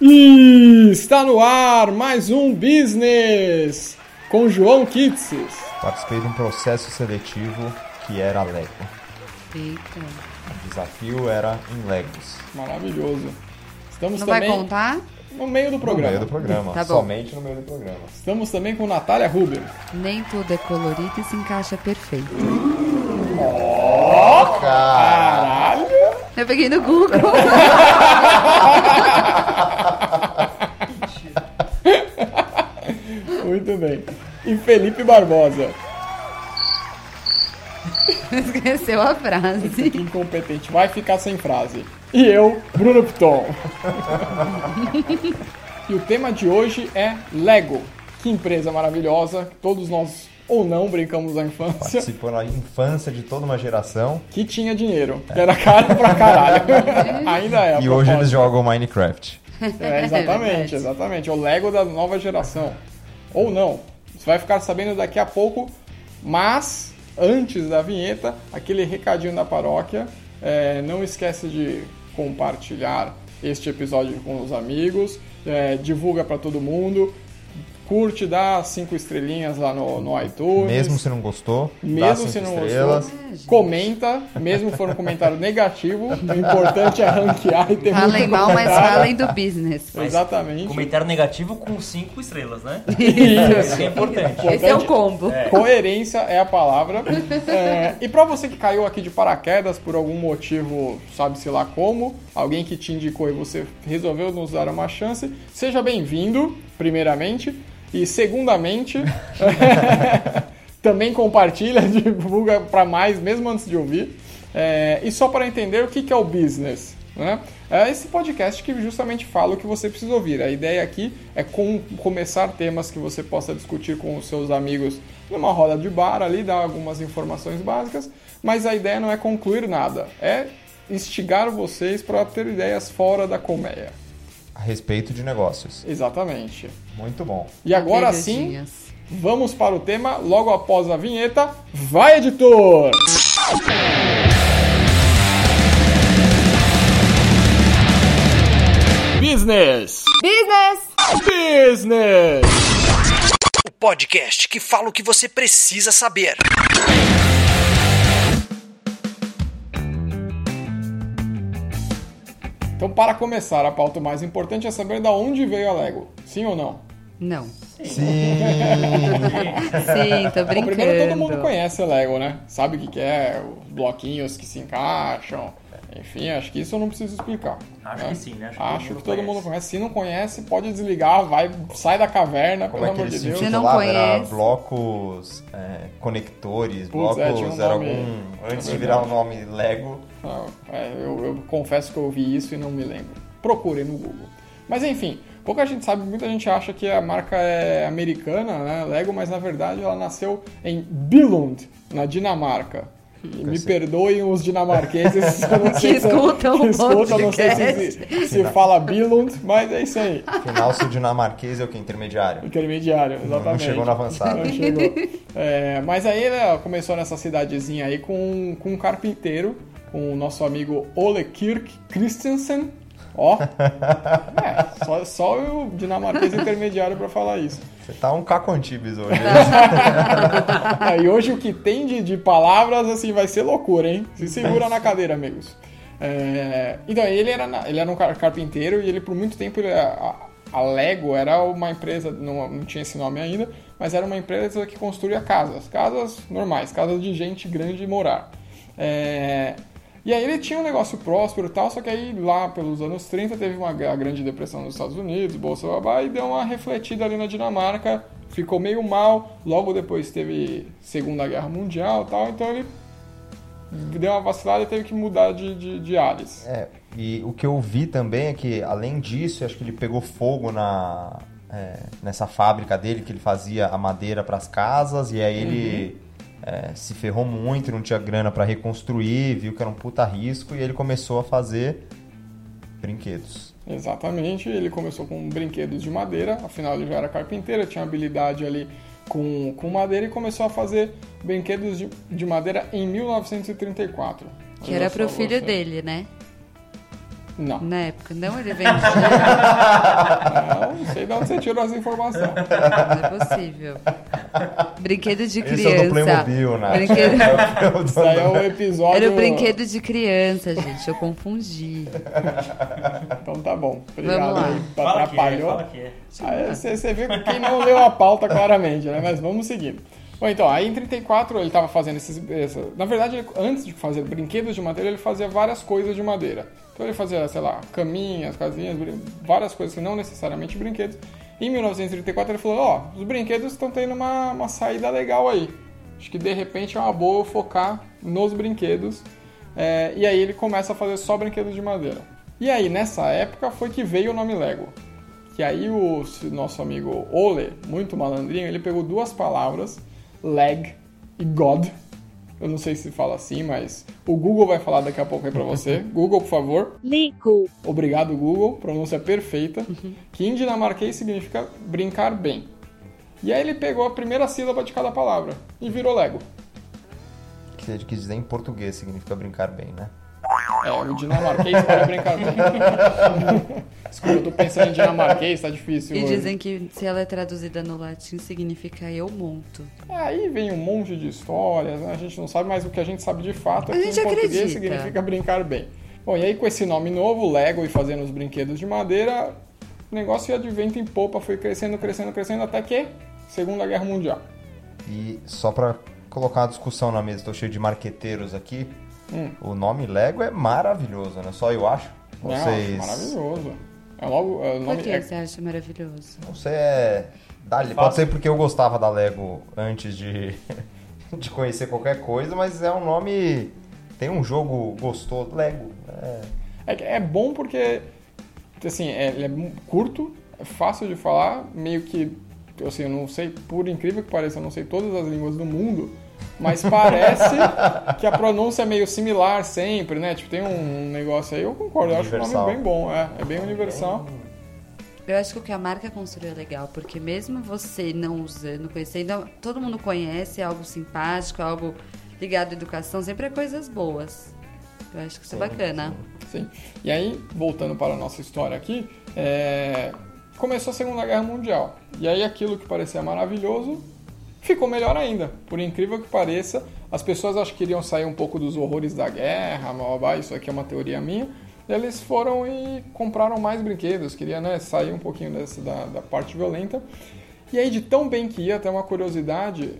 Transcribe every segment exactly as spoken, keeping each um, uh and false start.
E está no ar mais um Business com João Kitsis. Participei de um processo seletivo que era Lego. Eita. O desafio era em Legos. Maravilhoso. Estamos Não também vai contar? no meio do programa. No meio do programa, Tá bom. somente no meio do programa. Estamos também com Natália Huber. Nem tudo é colorido e se encaixa perfeito. Oh, cara! Caralho! Eu peguei no Google. Muito bem. E Felipe Barbosa. Esqueceu a frase. Que incompetente. Vai ficar sem frase. E eu, Bruno Piton. E o tema de hoje é Lego. Que empresa maravilhosa. Todos nós, ou não, brincamos na infância. Participou na infância de toda uma geração. Que tinha dinheiro. Que era caro pra caralho. Ainda é. a E hoje propósito. eles jogam Minecraft. É, exatamente, verdade. exatamente. O Lego da nova geração. Ou não. Você vai ficar sabendo daqui a pouco. Mas, antes da vinheta, aquele recadinho da paróquia. É, não esquece de compartilhar este episódio com os amigos. É, divulga pra todo mundo. Curte, dá cinco estrelinhas lá no, no iTunes. Mesmo se não gostou, dá Mesmo cinco se não estrelas. gostou, comenta, mesmo for um comentário negativo, o importante é ranquear e ter Falem muito mal, mas comentário. falem do business. Exatamente. Comentário negativo com cinco estrelas, né? Isso. Isso é importante. Esse é o combo. É. Coerência é a palavra. É, e pra você que caiu aqui de paraquedas por algum motivo, sabe-se lá como, alguém que te indicou e você resolveu nos dar uma chance, seja bem-vindo, primeiramente. E segundamente, também compartilha, divulga para mais, mesmo antes de ouvir. É, e só para entender o que, que é o business, né? É esse podcast que justamente fala o que você precisa ouvir. A ideia aqui é com, começar temas que você possa discutir com os seus amigos numa roda de bar ali, dar algumas informações básicas, mas a ideia não é concluir nada, é instigar vocês para ter ideias fora da colmeia. A respeito de negócios. Exatamente. Muito bom. E agora Pegadinhas. sim, vamos para o tema logo após a vinheta. Vai, editor! Business! Business! Business! O podcast que fala o que você precisa saber. Então, para começar, a pauta mais importante é saber de onde veio a Lego. Sim ou não? Não. Sim! Sim, tô Bom, brincando. primeiro, todo mundo conhece a Lego, né? Sabe o que que é, os bloquinhos que se encaixam. Enfim, acho que isso eu não preciso explicar. Acho né? que sim, né? Acho que Acho todo que mundo todo conhece. mundo conhece. Se não conhece, pode desligar, vai, sai da caverna, Como pelo é que amor eles de se Deus. Você não intitulavam? Era conhece. blocos é, conectores, Putz, blocos, é, tinha um era nome- algum... é Antes de verdade. virar o nome Lego, Ah, é, eu, eu confesso que eu ouvi isso e não me lembro. Procurem no Google. Mas enfim, pouca gente sabe, muita gente acha que a marca é americana, né, Lego, mas na verdade ela nasceu em Billund, na Dinamarca. E me perdoem os dinamarqueses se eu não sei Que se- escutam que o escutam, não sei se, podcast. se, se fala Billund, mas é isso aí. afinal, se o dinamarquês é o que? Intermediário. Intermediário, exatamente. Não chegou no avançado. Não chegou. É, mas aí ela começou nessa cidadezinha aí com, com um carpinteiro, com o nosso amigo Ole Kirk Christensen. Ó, é, só, só o dinamarquês intermediário pra falar isso. Você tá um Caco Antibes hoje. É, e hoje o que tem de, de palavras assim vai ser loucura, hein? Se segura na cadeira, amigos. É, então, ele era, na- ele era um car- carpinteiro e ele por muito tempo, ele- a, a Lego era uma empresa, não, não tinha esse nome ainda, mas era uma empresa que construía casas, casas normais, casas de gente grande morar. É, e aí ele tinha um negócio próspero e tal, só que aí lá pelos anos trinta teve uma a grande depressão nos Estados Unidos, bolsa babá, e deu uma refletida ali na Dinamarca, ficou meio mal, logo depois teve Segunda Guerra Mundial e tal, então ele deu uma vacilada e teve que mudar de, de, de ares. É, e o que eu vi também é que, além disso, acho que ele pegou fogo na, é, nessa fábrica dele, que ele fazia a madeira para as casas, e aí ele é, se ferrou muito, não tinha grana para reconstruir, viu que era um puta risco, e ele começou a fazer brinquedos. Exatamente, ele começou com brinquedos de madeira, afinal ele já era carpinteiro, tinha habilidade ali com, com madeira e começou a fazer brinquedos de, de madeira em mil novecentos e trinta e quatro. Que Olha era só pro filho você. dele, né? Não. Na época, não, ele vendia. Não, não sei de onde você tirou essa informação. Não é possível. Brinquedo de Esse é o do criança. Playmobil, né? Brinquedo... Isso aí é o episódio... Era o brinquedo de criança, gente. Eu confundi. Então tá bom. Obrigado Vamos lá. aí, Fala que é, atrapalhou. fala que é. Aí você, você vê quem não leu a pauta claramente, né? Mas vamos seguindo. Bom, então, aí em trinta e quatro ele estava fazendo esses... Essa, na verdade, ele, antes de fazer brinquedos de madeira, ele fazia várias coisas de madeira. Então ele fazia, sei lá, caminhas, casinhas, várias coisas que não necessariamente brinquedos. Em mil novecentos e trinta e quatro ele falou, ó, oh, os brinquedos estão tendo uma, uma saída legal aí. Acho que de repente é uma boa eu focar nos brinquedos. É, e aí ele começa a fazer só brinquedos de madeira. E aí, nessa época, foi que veio o nome Lego. Que aí o nosso amigo Ole, muito malandrinho, ele pegou duas palavras, leg e god. Eu não sei se fala assim, mas o Google vai falar daqui a pouco aí pra você. Google, por favor. Lego. Obrigado, Google. Pronúncia perfeita. Que em dinamarquês significa brincar bem. E aí ele pegou a primeira sílaba de cada palavra e virou Lego. Que ele quis dizer em português, significa brincar bem, né? É, o dinamarquês para brincar bem. Desculpa, eu tô pensando em dinamarquês, tá difícil E hoje. dizem que se ela é traduzida no latim, significa eu monto. Aí vem um monte de histórias, né? A gente não sabe, mas o que a gente sabe de fato é A que gente em português acredita. significa brincar bem. Bom, e aí com esse nome novo, Lego, e fazendo os brinquedos de madeira, o negócio ia de vento em popa, foi crescendo, crescendo, crescendo, até que Segunda Guerra Mundial. E só pra colocar uma discussão na mesa, tô cheio de marqueteiros aqui, Hum. o nome Lego é maravilhoso, né? Só eu acho. Não, Vocês... maravilhoso. É logo, é o Por nome que é- você acha maravilhoso? Não sei, é... Dali. Pode ser porque eu gostava da Lego antes de, de conhecer qualquer coisa, mas é um nome... Tem um jogo gostoso, Lego. É... É, que é bom porque, assim, é, ele é curto, é fácil de falar, meio que, assim, eu não sei, por incrível que pareça, eu não sei todas as línguas do mundo, mas parece que a pronúncia é meio similar sempre, né? Tipo, tem um negócio aí, eu concordo, eu acho o Universal. nome bem bom, é, é bem universal. Eu acho que o que a marca construiu é legal, porque mesmo você não usando, conhecendo, todo mundo conhece, é algo simpático, algo ligado à educação, sempre é coisas boas. Eu acho que isso é bacana. Sim. E aí, voltando para a nossa história aqui, é, começou a Segunda Guerra Mundial. E aí aquilo que parecia maravilhoso ficou melhor ainda. Por incrível que pareça, as pessoas acho que queriam sair um pouco dos horrores da guerra, blá, blá, blá, isso aqui é uma teoria minha. Eles foram e compraram mais brinquedos, queriam, né, sair um pouquinho dessa, da, da parte violenta. E aí, de tão bem que ia, até uma curiosidade,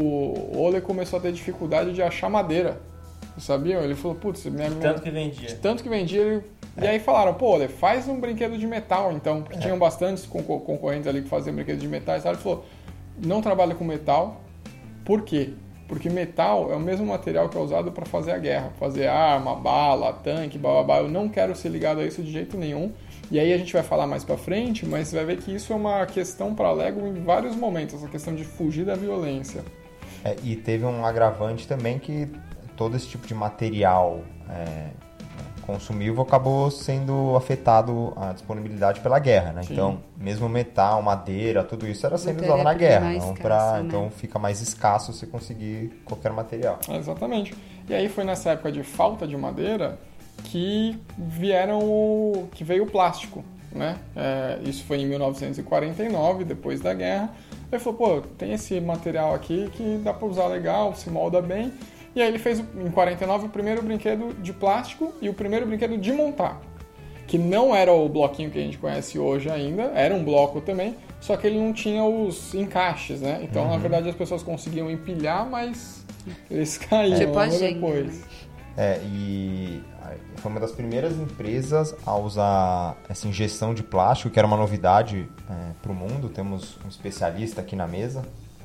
o Ole começou a ter dificuldade de achar madeira. Vocês sabiam? Ele falou, putz, minha Tanto que vendia. de tanto que vendia, ele... E aí falaram, pô, Ole, faz um brinquedo de metal, então. Porque tinham bastantes concor- concorrentes ali que faziam brinquedos de metal. E sabe? Ele falou, não trabalha com metal. Por quê? Porque metal é o mesmo material que é usado para fazer a guerra. Fazer arma, bala, tanque, blá, blá, blá. Eu não quero ser ligado a isso de jeito nenhum. E aí a gente vai falar mais pra frente, mas você vai ver que isso é uma questão para Lego em vários momentos. Essa questão de fugir da violência. É, e teve um agravante também que todo esse tipo de material é, consumível acabou sendo afetado a disponibilidade pela guerra, né? Sim. Então, mesmo metal, madeira, tudo isso era sempre usado na Matéria-prima guerra, mais não escassa, pra, né? então fica mais escasso você conseguir qualquer material. É, exatamente. E aí foi nessa época de falta de madeira que vieram o, que veio o plástico, né? É, isso foi em mil novecentos e quarenta e nove, depois da guerra. Ele falou, pô, tem esse material aqui que dá pra usar legal, se molda bem. E aí ele fez, em quarenta e nove, o primeiro brinquedo de plástico e o primeiro brinquedo de montar. Que não era o bloquinho que a gente conhece hoje ainda, era um bloco também, só que ele não tinha os encaixes, né? Então, Uhum. na verdade, as pessoas conseguiam empilhar, mas eles caíam Tipo a logo Jenga, depois. né? É, e foi uma das primeiras empresas a usar essa injeção de plástico, que era uma novidade é, para o mundo. Temos um especialista aqui na mesa,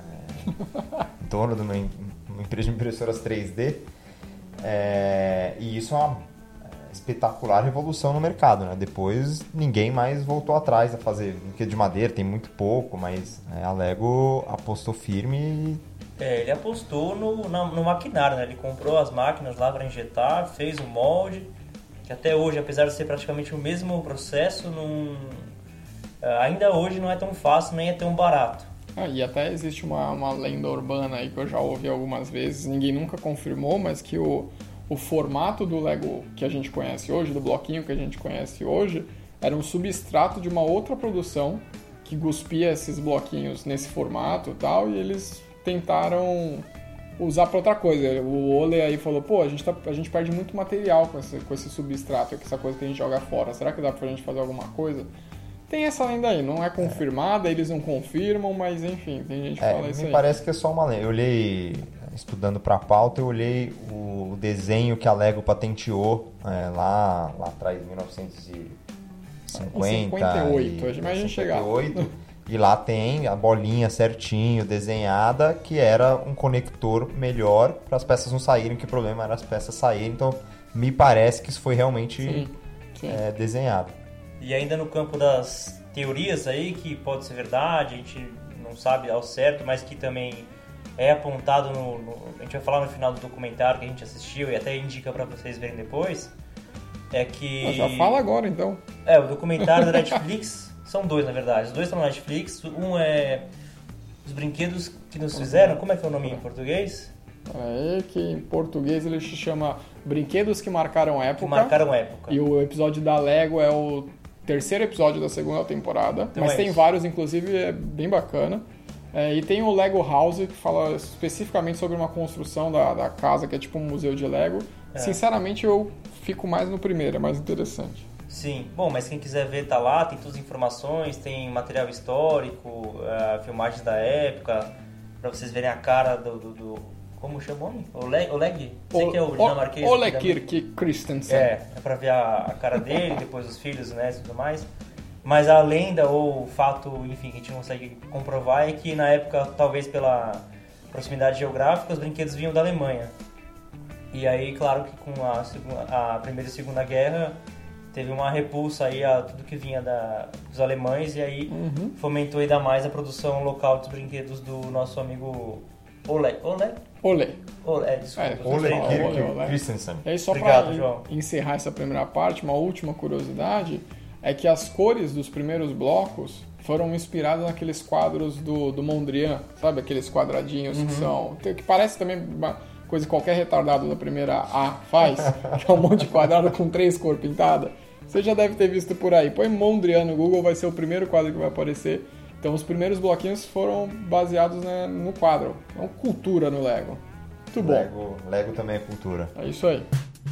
é, dono de uma, em- uma empresa de impressoras três D. É, e isso é uma espetacular revolução no mercado, né? Depois ninguém mais voltou atrás a fazer brinquedo de madeira, tem muito pouco, mas é, a Lego apostou firme e É, ele apostou no, na- no maquinário, né? Ele comprou as máquinas lá para injetar, fez o molde, que até hoje, apesar de ser praticamente o mesmo processo, não, ainda hoje não é tão fácil nem é tão barato. Ah, e até existe uma, uma lenda urbana aí que eu já ouvi algumas vezes, ninguém nunca confirmou, mas que o, o formato do Lego que a gente conhece hoje, do bloquinho que a gente conhece hoje, era um substrato de uma outra produção que cuspia esses bloquinhos nesse formato e tal, e eles tentaram usar para outra coisa. O Ole aí falou, pô, a gente, tá, a gente perde muito material com esse, com esse substrato, com essa coisa que a gente joga fora. Será que dá pra gente fazer alguma coisa? Tem essa lenda aí, não é confirmada, é. eles não confirmam, mas enfim, tem gente que é, fala isso me aí. Parece que é só uma lenda. Eu olhei, estudando pra pauta, eu olhei o desenho que a Lego patenteou é, lá, lá atrás, em mil novecentos e cinquenta. cinquenta e oito, e, mas a gente chegar. E lá tem a bolinha certinho, desenhada, que era um conector melhor para as peças não saírem, que o problema era as peças saírem. Então, me parece que isso foi realmente sim, sim. É, desenhado. E ainda no campo das teorias aí, que pode ser verdade, a gente não sabe ao certo, mas que também é apontado no, no... A gente vai falar no final do documentário que a gente assistiu e até indica para vocês verem depois. É que... Ah, já fala agora, então. É, o documentário da Netflix... São dois, na verdade. Os dois estão na Netflix. Um é Os Brinquedos que Nos Fizeram. Como é que é o nome em português? É que em português ele se chama Brinquedos que Marcaram Época. Que marcaram época. E o episódio da Lego é o terceiro episódio da segunda temporada. Então mas é tem isso. vários, inclusive, é bem bacana. É, e tem o Lego House, que fala especificamente sobre uma construção da, da casa, que é tipo um museu de Lego. É. Sinceramente, eu fico mais no primeiro, é mais interessante. Sim, bom, mas quem quiser ver tá lá, tem todas as informações, tem material histórico, uh, filmagens da época, pra vocês verem a cara do... do, do como chama o nome? Oleg? Oleg? Sei que é o dinamarquês. Ole Kirk Christensen. É, é pra ver a, a cara dele, depois os filhos, né, e tudo mais. Mas a lenda ou o fato, enfim, que a gente não consegue comprovar é que na época, talvez pela proximidade geográfica, os brinquedos vinham da Alemanha. E aí, claro que com a, segunda, a Primeira e Segunda Guerra... Teve uma repulsa aí a tudo que vinha da, dos alemães e aí Uhum. fomentou ainda mais a produção local dos brinquedos do nosso amigo Ole. Ole? Ole. Ole, é, desculpa. É, eu Ole sei. Ole, Kirk Ole. Christensen. E aí, só Obrigado, João. para encerrar essa primeira parte, uma última curiosidade é que as cores dos primeiros blocos foram inspiradas naqueles quadros do, do Mondrian, sabe? Aqueles quadradinhos Uhum. que são... que parece também uma coisa que qualquer retardado da primeira A faz, que é um monte de quadrado com três cores pintadas. Você já deve ter visto por aí. Põe Mondrian no Google, vai ser o primeiro quadro que vai aparecer. Então, os primeiros bloquinhos foram baseados, né, no quadro. É uma cultura no Lego. Muito bom. Lego, Lego também é cultura. É isso aí.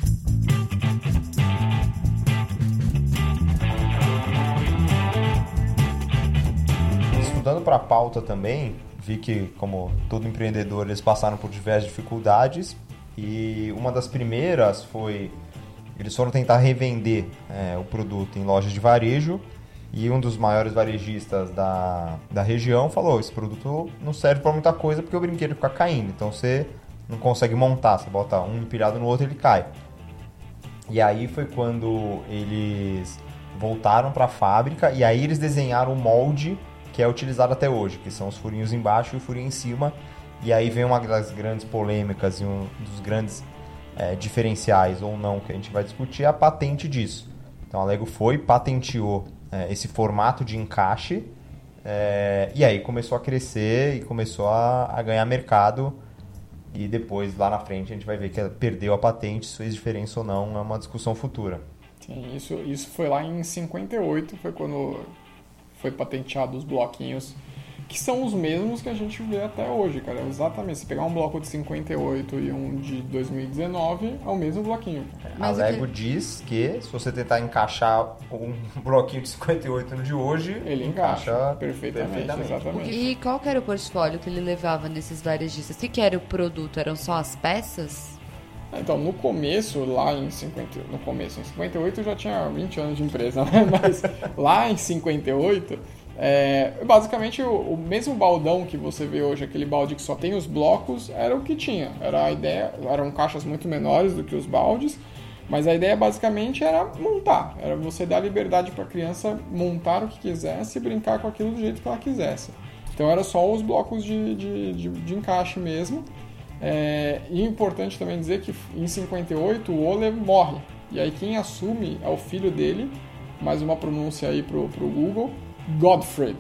Estudando para a pauta também, vi que, como todo empreendedor, eles passaram por diversas dificuldades. E uma das primeiras foi... Eles foram tentar revender é, o produto em lojas de varejo e um dos maiores varejistas da, da região falou, esse produto não serve para muita coisa porque o brinquedo fica caindo, então você não consegue montar, você bota um empilhado no outro e ele cai. E aí foi quando eles voltaram para a fábrica e aí eles desenharam o molde que é utilizado até hoje, que são os furinhos embaixo e o furinho em cima. E aí vem uma das grandes polêmicas e um dos grandes... É, diferenciais ou não que a gente vai discutir é a patente disso. Então a Lego foi, patenteou é, esse formato de encaixe é, e aí começou a crescer e começou a, a ganhar mercado e depois lá na frente a gente vai ver que ela perdeu a patente, se fez diferença ou não, é uma discussão futura. Sim, isso, isso foi lá em cinquenta e oito, foi quando foi patenteado os bloquinhos, que são os mesmos que a gente vê até hoje, cara. Exatamente. Se pegar um bloco de cinquenta e oito e um de dois mil e dezenove, é o mesmo bloquinho. Mas a o Lego que- diz que se você tentar encaixar um bloquinho de cinquenta e oito no de hoje, Ele encaixa perfeitamente, perfeitamente. exatamente. E qual que era o portfólio que ele levava nesses varejistas? O que, que era o produto? Eram só as peças? Então, no começo, lá em cinquenta, no começo, em cinquenta e oito eu já tinha vinte anos de empresa, né? Mas lá em cinquenta e oito, é, basicamente o, o mesmo baldão que você vê hoje, aquele balde que só tem os blocos, era o que tinha. Era a ideia, eram caixas muito menores do que os baldes, mas a ideia basicamente era montar, era você dar liberdade para a criança montar o que quisesse e brincar com aquilo do jeito que ela quisesse. Então era só os blocos de, de, de, de encaixe mesmo. É, e é importante também dizer que em cinquenta e oito o Ole morre. E aí quem assume é o filho dele, mais uma pronúncia aí pro, pro Google, Gottfried.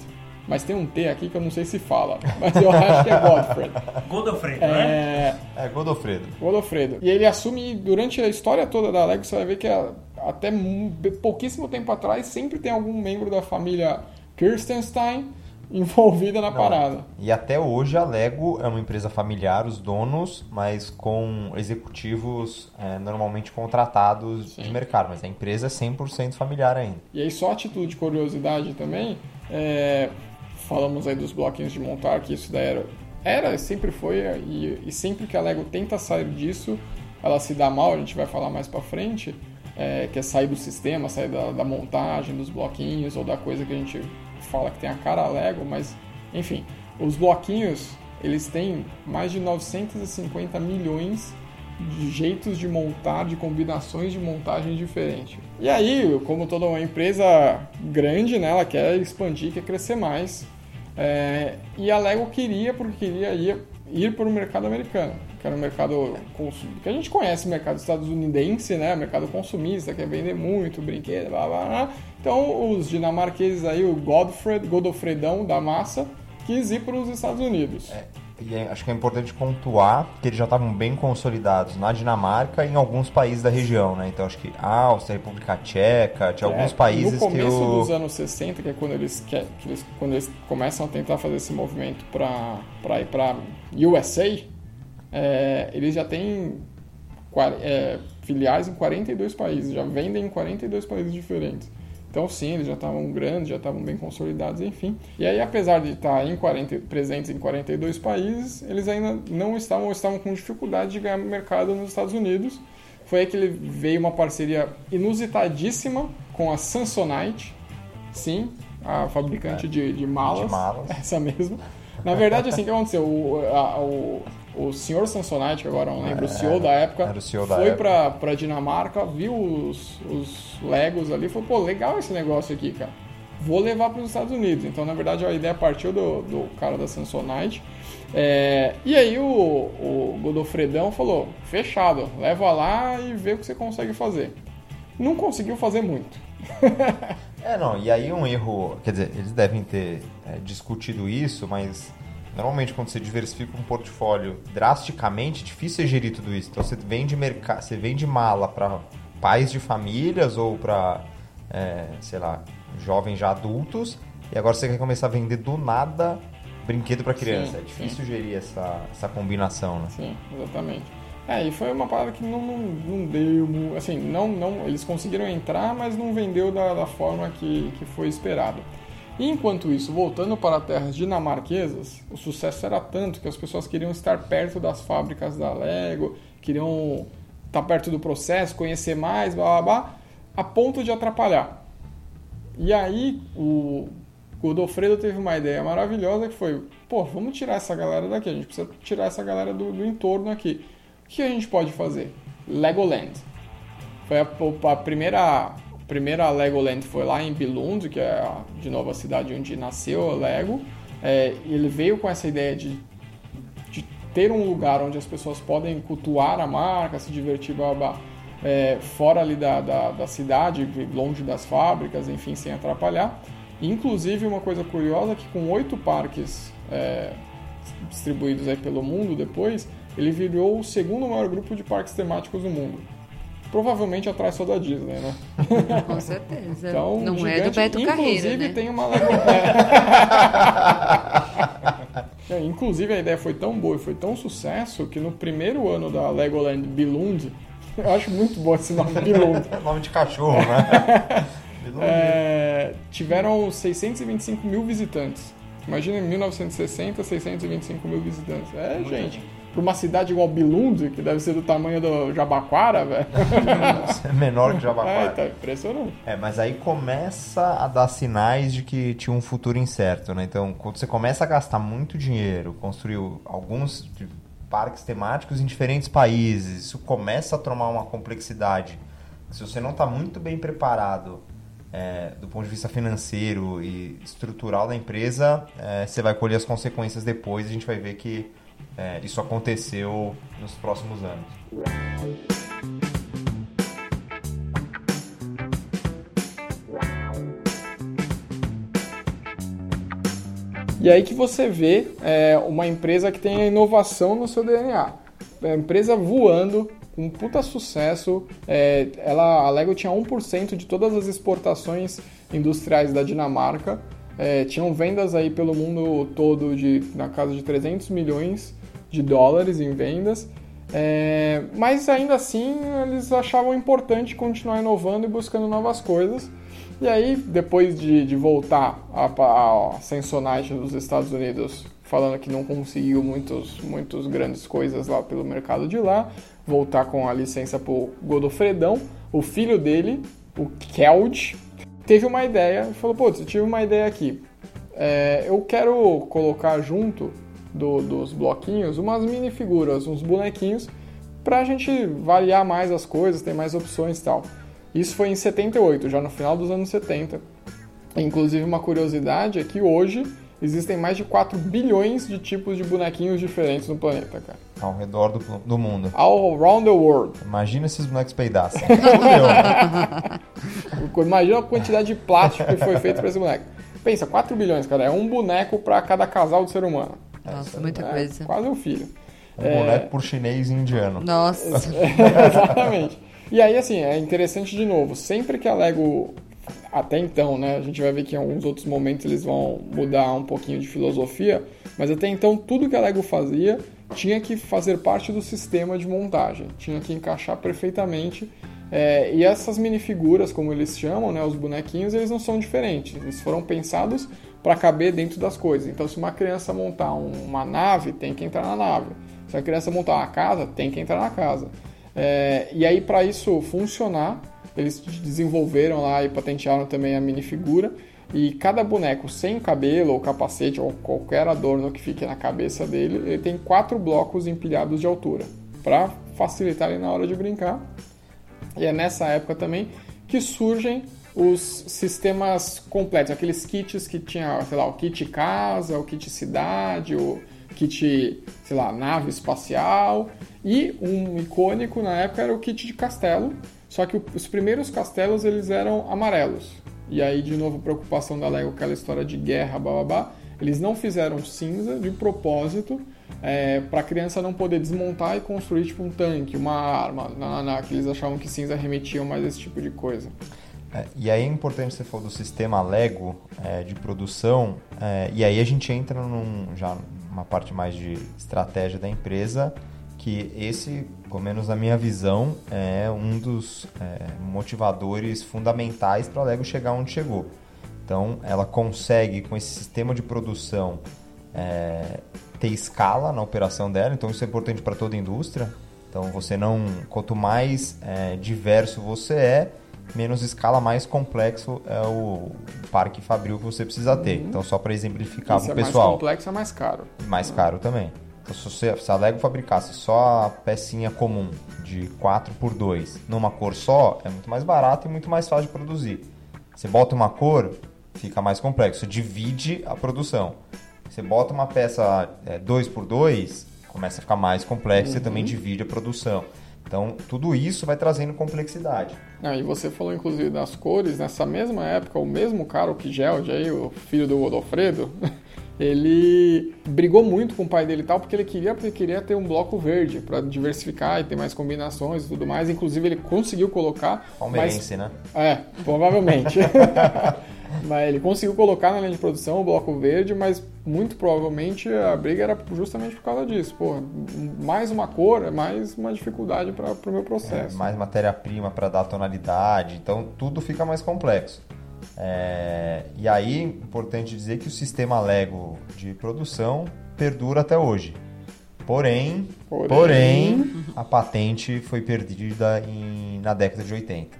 mas tem um T aqui que eu não sei se fala, mas eu acho que é Godfred. Godofredo, né? É, É, Godofredo. Godofredo. E ele assume, durante a história toda da Lego, você vai ver que até pouquíssimo tempo atrás sempre tem algum membro da família Kirstenstein envolvida na Não, parada. E até hoje a Lego é uma empresa familiar, os donos, mas com executivos é, normalmente contratados Sim. de mercado. Mas a empresa é cem por cento familiar ainda. E aí, só a título de curiosidade também, é, falamos aí dos bloquinhos de montar, que isso daí era, era sempre foi, e, e sempre que a Lego tenta sair disso, ela se dá mal, a gente vai falar mais pra frente, é, que é sair do sistema, sair da, da montagem dos bloquinhos, ou da coisa que a gente fala que tem a cara Lego, mas, enfim, os bloquinhos, eles têm mais de novecentos e cinquenta milhões de jeitos de montar, de combinações de montagem diferentes. E aí, como toda uma empresa grande, né, ela quer expandir, quer crescer mais. É, e a Lego queria, porque queria ir, ir para o mercado americano, que era um mercado que a gente conhece, o mercado estadunidense, né, mercado consumista, quer vender muito, brinquedo, blá blá blá. Então, os dinamarqueses aí, o Godfred, Godofredão da massa, quis ir para os Estados Unidos. É. E é, acho que é importante pontuar que eles já estavam bem consolidados na Dinamarca e em alguns países da região, né? Então acho que Áustria, República Tcheca, tinha É, alguns países no começo que o... dos anos sessenta, que é quando eles, quer, que eles, quando eles começam a tentar fazer esse movimento para ir para U S A, é, eles já têm é, filiais em quarenta e dois países, já vendem em quarenta e dois países diferentes. Então sim, eles já estavam grandes, já estavam bem consolidados, enfim. E aí, apesar de estar em quarenta, presentes em quarenta e dois países, eles ainda não estavam, estavam com dificuldade de ganhar mercado nos Estados Unidos. Foi aí que ele veio uma parceria inusitadíssima com a Samsonite, sim, a fabricante é. de, de, malas, de malas, essa mesma. Na verdade, assim, o que aconteceu? O, a, o, o senhor Samsonite, que agora não lembro, é, o C E O da época, o C E O foi para para Dinamarca, viu os, os Legos ali e falou, pô, legal esse negócio aqui, cara. Vou levar para os Estados Unidos. Então, na verdade, a ideia partiu do, do cara da Samsonite. É, e aí o, o Godofredão falou, fechado, leva lá e vê o que você consegue fazer. Não conseguiu fazer muito. É, não, e aí um erro, quer dizer, eles devem ter é, discutido isso, mas normalmente quando você diversifica um portfólio drasticamente, difícil é gerir tudo isso. Então você vende, merc... você vende mala para pais de famílias ou para, é, sei lá, jovens já adultos, e agora você quer começar a vender do nada brinquedo para criança. Sim, é difícil sim. gerir essa, essa combinação, né? Sim, exatamente. É, e foi uma parada que não, não, não deu, assim, não, não, eles conseguiram entrar, mas não vendeu da, da forma que, que foi esperado. E enquanto isso, voltando para terras dinamarquesas, o sucesso era tanto que as pessoas queriam estar perto das fábricas da Lego, queriam estar perto do processo, conhecer mais, blá blá blá, a ponto de atrapalhar. E aí o Godofredo teve uma ideia maravilhosa que foi, pô, vamos tirar essa galera daqui, a gente precisa tirar essa galera do, do entorno aqui. O que a gente pode fazer? Legoland. Foi a, a primeira, a primeira Legoland foi lá em Billund, que é a, de novo a cidade onde nasceu a Lego. É, ele veio com essa ideia de, de ter um lugar onde as pessoas podem cultuar a marca, se divertir, blá, blá, é, fora ali da, da, da cidade, longe das fábricas, enfim, sem atrapalhar. Inclusive, uma coisa curiosa é que com oito parques é, distribuídos aí pelo mundo depois, ele virou o segundo maior grupo de parques temáticos do mundo. Provavelmente atrás só da Disney, né? Com certeza. Então, não gigante, é do Beto Carreiro, inclusive, né? tem uma Lego... é, inclusive, a ideia foi tão boa e foi tão sucesso que no primeiro ano da Legoland Billund, eu acho muito bom esse nome, Billund. É nome de cachorro, né? é, tiveram seiscentos e vinte e cinco mil visitantes. Imagina, em mil novecentos e sessenta, seiscentos e vinte e cinco mil visitantes. É, muito gente... Bem. Para uma cidade igual Billund, que deve ser do tamanho do Jabaquara, velho. É menor que Jabaquara. É, tá impressionante. É, mas aí começa a dar sinais de que tinha um futuro incerto, né? Então, quando você começa a gastar muito dinheiro, construiu alguns parques temáticos em diferentes países, isso começa a tomar uma complexidade. Se você não está muito bem preparado é, do ponto de vista financeiro e estrutural da empresa, é, você vai colher as consequências depois e a gente vai ver que É, isso aconteceu nos próximos anos. E aí que você vê é, uma empresa que tem a inovação no seu D N A. A empresa voando, com um puta sucesso. É, ela, a Lego tinha um por cento de todas as exportações industriais da Dinamarca. É, tinham vendas aí pelo mundo todo de, na casa de trezentos milhões de dólares em vendas. É, mas ainda assim eles achavam importante continuar inovando e buscando novas coisas. E aí, depois de, de voltar a, a, a Samsonite dos Estados Unidos falando que não conseguiu muitos, muitos grandes coisas lá pelo mercado de lá, voltar com a licença pro Godofredão, o filho dele, o Kjeld, teve uma ideia e falou, putz, eu tive uma ideia aqui. É, eu quero colocar junto do, dos bloquinhos umas minifiguras, uns bonequinhos, pra gente variar mais as coisas, ter mais opções e tal. Isso foi em setenta e oito, já no final dos anos setenta. Inclusive, uma curiosidade é que hoje existem mais de quatro bilhões de tipos de bonequinhos diferentes no planeta, cara. Ao redor do, do mundo. All around the world. Imagina esses bonecos peidassem. Imagina a quantidade de plástico que foi feito para esse boneco. Pensa, quatro bilhões, cara. É um boneco para cada casal de ser humano. Nossa, é, muita é, coisa. Quase um filho. Um é... boneco por chinês e indiano. Nossa. Exatamente. E aí, assim, é interessante de novo. Sempre que a Lego... Até então, né? A gente vai ver que em alguns outros momentos eles vão mudar um pouquinho de filosofia, mas até então tudo que a Lego fazia tinha que fazer parte do sistema de montagem, tinha que encaixar perfeitamente. É, e essas minifiguras, como eles chamam, né, os bonequinhos, eles não são diferentes. Eles foram pensados para caber dentro das coisas. Então, se uma criança montar uma nave, tem que entrar na nave. Se a criança montar uma casa, tem que entrar na casa. É, e aí, para isso funcionar, eles desenvolveram lá e patentearam também a minifigura. E cada boneco sem cabelo ou capacete ou qualquer adorno que fique na cabeça dele, ele tem quatro blocos empilhados de altura, para facilitar ele na hora de brincar. E é nessa época também que surgem os sistemas completos, aqueles kits que tinha, sei lá, o kit casa, o kit cidade, o kit, sei lá, nave espacial. E um icônico na época era o kit de castelo, só que os primeiros castelos eles eram amarelos. E aí, de novo, preocupação da Lego, aquela história de guerra, bababá. Eles não fizeram cinza de propósito é, para a criança não poder desmontar e construir tipo um tanque, uma arma, não, não, que eles achavam que cinza remetiam mais a esse tipo de coisa. É, e aí é importante você falar do sistema Lego é, de produção, é, e aí a gente entra num, já numa parte mais de estratégia da empresa, que esse, pelo menos na minha visão, é um dos é, motivadores fundamentais para a Lego chegar onde chegou. Então, ela consegue, com esse sistema de produção, é, ter escala na operação dela. Então, isso é importante para toda a indústria. Então, você não... Quanto mais é, diverso você é, menos escala, mais complexo é o parque fabril que você precisa ter. Uhum. Então, só para exemplificar para o pessoal. Mais complexo é mais caro. Mais caro também. Então, se, você, se a Lego fabricasse só a pecinha comum de quatro por dois numa cor só, é muito mais barato e muito mais fácil de produzir. Você bota uma cor, fica mais complexo. Divide a produção. Você bota uma peça é, dois por dois, começa a ficar mais complexo. Uhum. Você também divide a produção. Então, tudo isso vai trazendo complexidade. Ah, e você falou, inclusive, das cores. Nessa mesma época, o mesmo cara, o Kjeld, aí, o filho do Godofredo, ele brigou muito com o pai dele e tal, porque ele queria, porque queria ter um bloco verde para diversificar e ter mais combinações e tudo mais. Inclusive, ele conseguiu colocar... Palmeirense, mas... né? É, provavelmente. Mas ele conseguiu colocar na linha de produção o bloco verde, mas muito provavelmente a briga era justamente por causa disso. Pô, mais uma cor é mais uma dificuldade para o meu processo. É, mais matéria-prima para dar tonalidade, então tudo fica mais complexo. É, e aí, importante dizer que o sistema Lego de produção perdura até hoje. Porém, porém, porém a patente foi perdida em, na década de oitenta.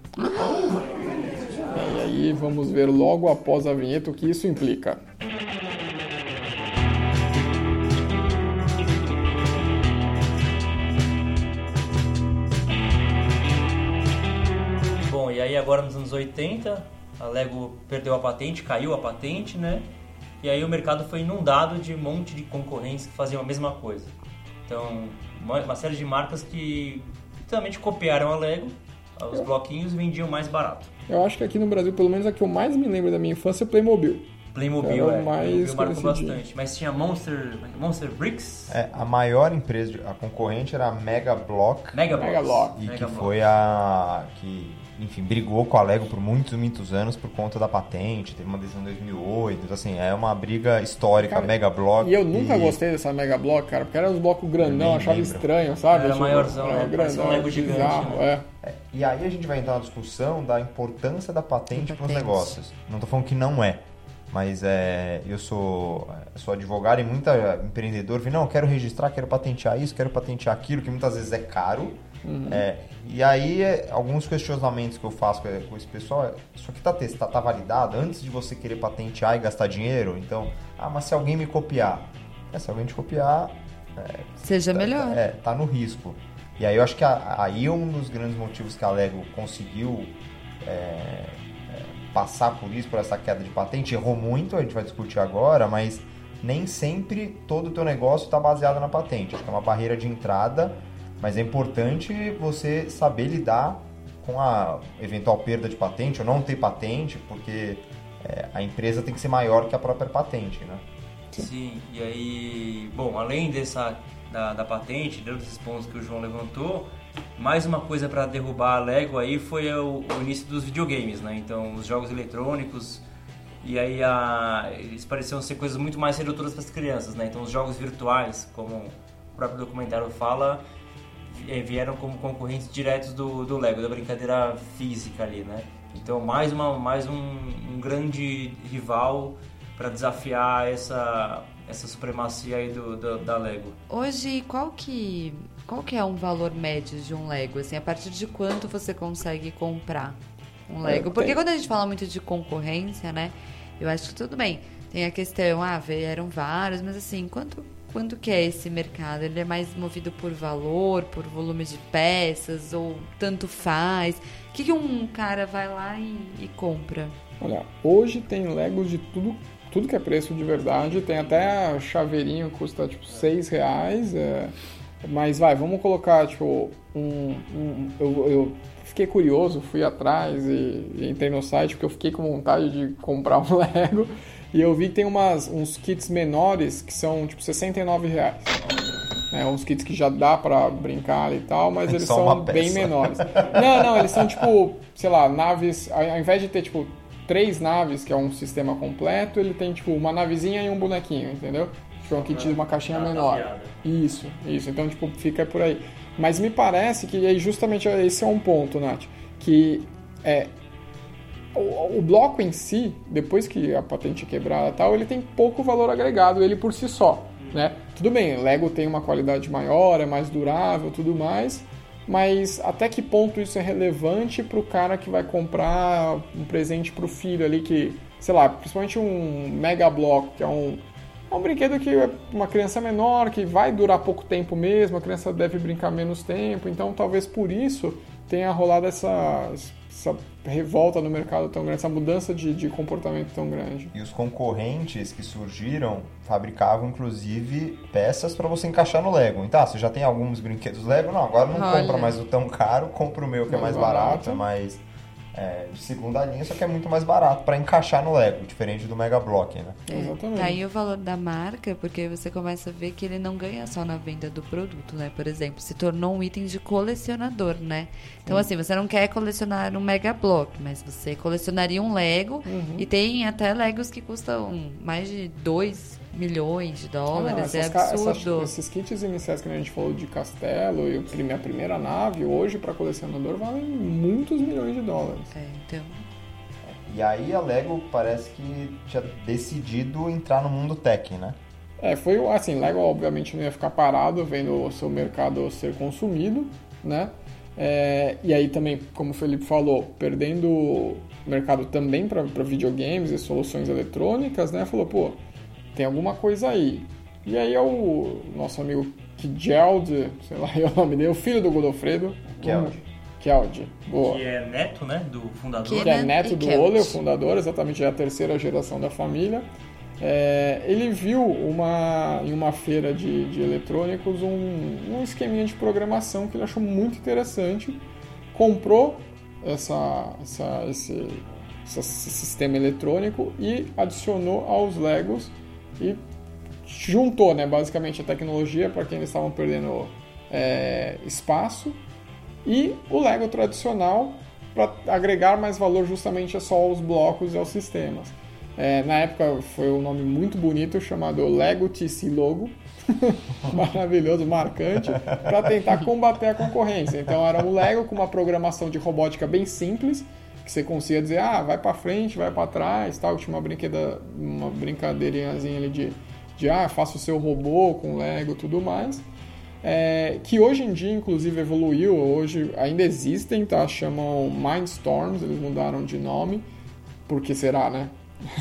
E aí vamos ver logo após a vinheta o que isso implica. Bom, e aí agora nos anos oitenta, a Lego perdeu a patente, caiu a patente, né? E aí o mercado foi inundado de um monte de concorrentes que faziam a mesma coisa. Então, uma, uma série de marcas que literalmente copiaram a Lego, os bloquinhos vendiam mais barato. Eu acho que aqui no Brasil, pelo menos a que eu mais me lembro da minha infância, é Playmobil. Playmobil, Era é. mais Playmobil marcou conhecidinho. bastante. Mas tinha Monster, Monster Bricks, É, a maior empresa, de- a concorrente era a Mega Block, Mega Bloks. Mega Bloks. e Mega que Bloks. foi a que, enfim, brigou com a Lego por muitos, muitos anos por conta da patente, teve uma decisão em dois mil e oito, então, assim, é uma briga histórica, Cara, a Mega Block. E eu nunca e- gostei dessa Mega Block, cara, porque era uns blocos grandão, nem eu achava lembro. estranho, sabe? Era Tipo, maiorzão, era né? Parecia um Lego gigante, bizarro, né? é. É, e aí a gente vai entrar na discussão da importância da patente Da para os patente. negócios. Não tô falando que não é, mas é, eu sou, sou advogado e muita empreendedor vem, não, eu quero registrar, quero patentear isso, quero patentear aquilo, que muitas vezes é caro. É, e aí, é, alguns questionamentos que eu faço com, com esse pessoal é, isso aqui tá, tá, tá validado antes de você querer patentear e gastar dinheiro? Então, ah, mas se alguém me copiar? É, se alguém te copiar, Seja tá, melhor. É, tá no risco. E aí eu acho que a, aí é um dos grandes motivos que a Lego conseguiu é, é, passar por isso, por essa queda de patente. Errou muito, a gente vai discutir agora, mas nem sempre todo o teu negócio está baseado na patente. Acho que é uma barreira de entrada, mas é importante você saber lidar com a eventual perda de patente ou não ter patente, porque é, a empresa tem que ser maior que a própria patente, né? Sim, e aí, bom, além dessa da, da patente, dentro desses pontos que o João levantou, mais uma coisa para derrubar a Lego aí foi o, o início dos videogames, né? Então, os jogos eletrônicos, e aí a, eles pareciam ser coisas muito mais sedutoras para as crianças, né? Então, os jogos virtuais, como o próprio documentário fala, eh, vieram como concorrentes diretos do, do Lego, da brincadeira física ali, né? Então, mais, uma, mais um, um grande rival para desafiar essa, essa supremacia aí do, do, da Lego. Hoje, qual que, qual que é um valor médio de um Lego? Assim, a partir de quanto você consegue comprar um Lego? Porque tem- quando a gente fala muito de concorrência, né? Eu acho que tudo bem. Tem a questão, ah, vieram vários, mas assim, quanto, quanto que é esse mercado? Ele é mais movido por valor, por volume de peças, ou tanto faz? O que, que um cara vai lá e, e compra? Olha, hoje tem Legos de tudo, tudo que é preço de verdade. Tem até chaveirinho que custa tipo seis reais. É, mas vai, vamos colocar tipo um. um eu, eu fiquei curioso, fui atrás e, e entrei no site porque eu fiquei com vontade de comprar um Lego. E eu vi que tem umas, uns kits menores que são tipo sessenta e nove reais. É, uns kits que já dá pra brincar e tal, mas eles Só são uma bem peça. menores. Não, não, eles são tipo, sei lá, naves. Ao ao invés de ter tipo três naves, que é um sistema completo, ele tem tipo uma navezinha e um bonequinho, entendeu? Tipo, é um kit de uma caixinha Ah, tá menor. piada. Isso, isso. Então, tipo, fica por aí. Mas me parece que aí justamente esse é um ponto, Nath, que é o, o bloco em si, depois que a patente é quebrada e tal, ele tem pouco valor agregado, ele por si só, né? Tudo bem, Lego tem uma qualidade maior, é mais durável, tudo mais, mas até que ponto isso é relevante para o cara que vai comprar um presente para o filho ali que, sei lá, principalmente um Mega Block, que é um, é um brinquedo que é uma criança menor, que vai durar pouco tempo mesmo, a criança deve brincar menos tempo, então talvez por isso tenha rolado essa, essa revolta no mercado tão grande, essa mudança de, de comportamento tão grande. E os concorrentes que surgiram fabricavam, inclusive, peças para você encaixar no Lego. Então, ah, você já tem alguns brinquedos Lego? Não, agora não Olha. compra mais o tão caro, compra o meu que é mais Mais barato. barato, é mais é, de segunda linha, só que é muito mais barato para encaixar no Lego, diferente do Mega Block, né? Exatamente. Tá aí o valor da marca, porque você começa a ver que ele não ganha só na venda do produto, né? Por exemplo, se tornou um item de colecionador, né? Então, assim, você não quer colecionar um Mega Block, mas você colecionaria um Lego, e tem até Legos que custam mais de dois milhões de dólares, Ah, é essas ca- absurdo. essas- esses kits iniciais que a gente falou de castelo e o prime- a primeira nave, hoje para colecionador valem muitos milhões de dólares. É, então, E aí a Lego parece que tinha decidido entrar no mundo tech, né? É, foi assim, Lego obviamente não ia ficar parado vendo o seu mercado ser consumido, né? É, e aí também, como o Felipe falou, perdendo o mercado também para videogames e soluções eletrônicas, né? Falou, pô, tem alguma coisa aí. E aí é o nosso amigo Kjeld, sei lá é o nome dele, o filho do Godofredo. Kjeld. Kjeld, boa. Que é neto, né, do fundador. Que Que é Kenan neto e do Kjeld. Ole, o fundador, exatamente, é a terceira geração da família. É, ele viu uma, em uma feira de, de eletrônicos um, um esqueminha de programação que ele achou muito interessante, comprou essa, essa, esse, esse sistema eletrônico e adicionou aos Legos e juntou, né, basicamente a tecnologia para quem eles estavam perdendo é, espaço e o Lego tradicional para agregar mais valor justamente só aos blocos e aos sistemas. É, na época foi um nome muito bonito chamado Lego T C Logo, maravilhoso, marcante, para tentar combater a concorrência. Então era um Lego com uma programação de robótica bem simples, que você conseguia dizer, ah, vai para frente, vai para trás, tal. Tinha uma, brinqueda, uma brincadeirinhazinha ali de, de, ah, faça o seu robô com Lego e tudo mais. É, que hoje em dia, inclusive, evoluiu, hoje ainda existem, tá? Chamam Mindstorms, eles mudaram de nome, porque será, né?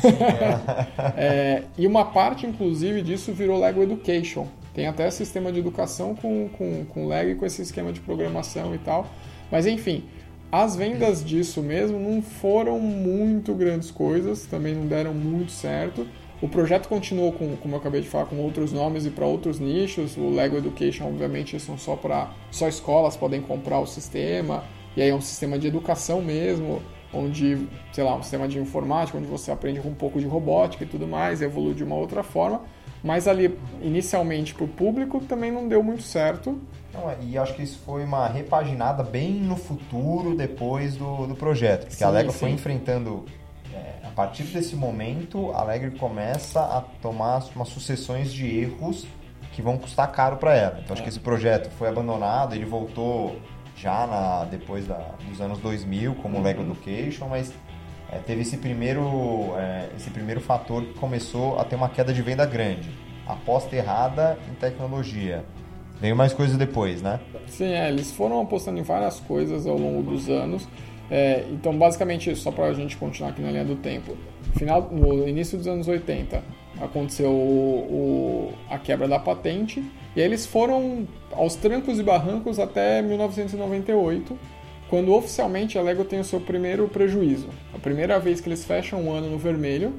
é, e uma parte, inclusive, disso virou Lego Education. Tem até sistema de educação com, com, com Lego e com esse esquema de programação e tal. Mas, enfim, as vendas disso mesmo não foram muito grandes coisas, também não deram muito certo. O projeto continuou, com, como eu acabei de falar, com outros nomes e para outros nichos. O Lego Education, obviamente, são só para só escolas podem comprar o sistema. E aí é um sistema de educação mesmo, onde, sei lá, um sistema de informática, onde você aprende com um pouco de robótica e tudo mais, evolui de uma outra forma. Mas ali, inicialmente, para o público, também não deu muito certo. Não, e acho que isso foi uma repaginada bem no futuro, depois do, do projeto. Porque sim, a Lego sim. foi enfrentando... É, a partir desse momento, a Lego começa a tomar umas sucessões de erros que vão custar caro para ela. Então, acho que esse projeto foi abandonado, ele voltou já na, depois da, dos anos dois mil como uhum. Lego Education, mas é, teve esse primeiro, é, esse primeiro fator que começou a ter uma queda de venda grande. Aposta errada em tecnologia. Veio mais coisas depois, né? Sim, é, eles foram apostando em várias coisas ao longo dos anos. É, então, basicamente, só para a gente continuar aqui na linha do tempo, final, no início dos anos oitenta, aconteceu o, o, a quebra da patente, e aí eles foram aos trancos e barrancos até mil novecentos e noventa e oito, quando oficialmente a Lego tem o seu primeiro prejuízo. A primeira vez que eles fecham um ano no vermelho,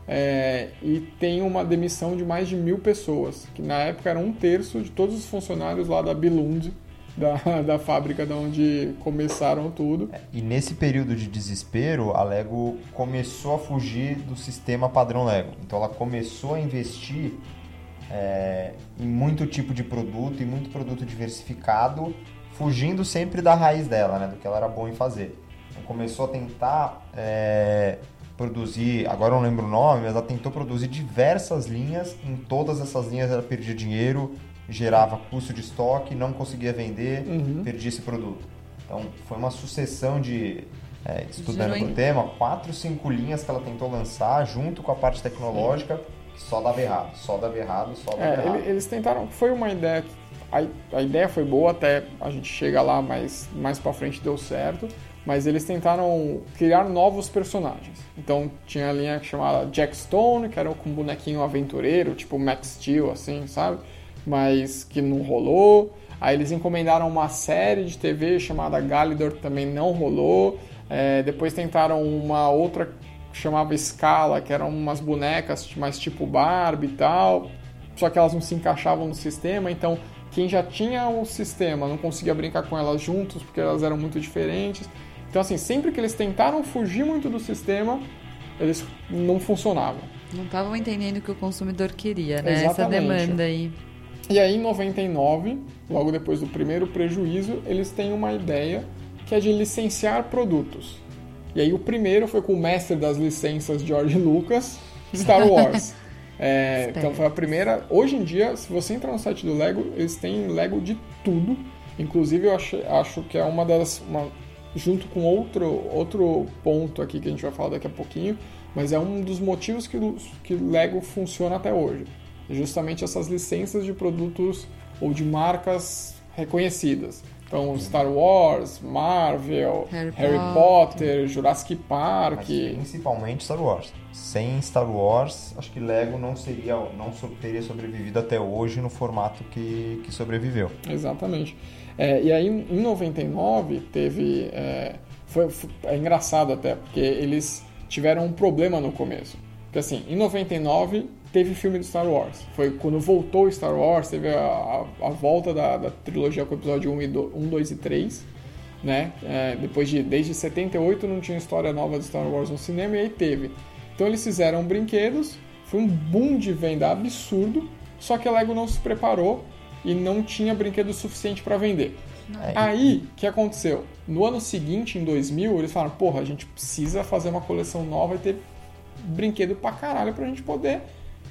é, e tem uma demissão de mais de mil pessoas, que na época era um terço de todos os funcionários lá da Billund, Da, da fábrica de onde começaram tudo. E nesse período de desespero, a Lego começou a fugir do sistema padrão Lego. Então ela começou a investir é, em muito tipo de produto, e muito produto diversificado, fugindo sempre da raiz dela, né, do que ela era boa em fazer. Então começou a tentar é, produzir, agora eu não lembro o nome, mas ela tentou produzir diversas linhas. Em todas essas linhas ela perdia dinheiro, gerava custo de estoque, não conseguia vender, uhum. perdia esse produto. Então, foi uma sucessão de, é, estudando o tema, quatro, cinco linhas que ela tentou lançar, junto com a parte tecnológica, uhum. que só dava errado, só dava errado, só dava é, errado. Eles tentaram, foi uma ideia, a, a ideia foi boa, até a gente chega lá, mas mais pra frente deu certo, mas eles tentaram criar novos personagens. Então, tinha a linha chamada Jack Stone, que era com um bonequinho aventureiro, tipo Max Steel, assim, sabe? Mas que não rolou. Aí eles encomendaram uma série de T V chamada Galidor, que também não rolou. É, depois tentaram uma outra que chamava Scala, que eram umas bonecas mais tipo Barbie e tal, só que elas não se encaixavam no sistema, então quem já tinha o sistema não conseguia brincar com elas juntos, porque elas eram muito diferentes. Então, assim, sempre que eles tentaram fugir muito do sistema, eles não funcionavam. Não estavam entendendo o que o consumidor queria, né? Exatamente. Essa demanda aí. E aí, em noventa e nove, logo depois do primeiro prejuízo, eles têm uma ideia que é de licenciar produtos. E aí, o primeiro foi com o mestre das licenças, George Lucas, Star Wars. é, então, foi a primeira. Hoje em dia, se você entrar no site do Lego, eles têm Lego de tudo. Inclusive, eu acho, acho que é uma das... Uma, junto com outro, outro ponto aqui que a gente vai falar daqui a pouquinho, mas é um dos motivos que, que Lego funciona até hoje. Justamente essas licenças de produtos ou de marcas reconhecidas. Então, Star Wars, Marvel, Harry, Harry Potter, Potter, Jurassic Park. Mas principalmente Star Wars. Sem Star Wars, acho que Lego não seria, não teria sobrevivido até hoje no formato que, que sobreviveu. Exatamente. É, e aí, em noventa e nove, teve... É, foi, foi, é engraçado até, porque eles tiveram um problema no começo. Porque assim, em noventa e nove... teve filme do Star Wars. Foi quando voltou Star Wars, teve a, a, a volta da, da trilogia com o episódio um, dois e três. né? É, depois de, desde setenta e oito não tinha história nova de Star Wars no cinema e aí teve. Então eles fizeram brinquedos, foi um boom de venda absurdo, só que a Lego não se preparou e não tinha brinquedo suficiente para vender. É, Aí, o que aconteceu? No ano seguinte, em dois mil, eles falaram, porra, a gente precisa fazer uma coleção nova e ter brinquedo pra caralho pra gente poder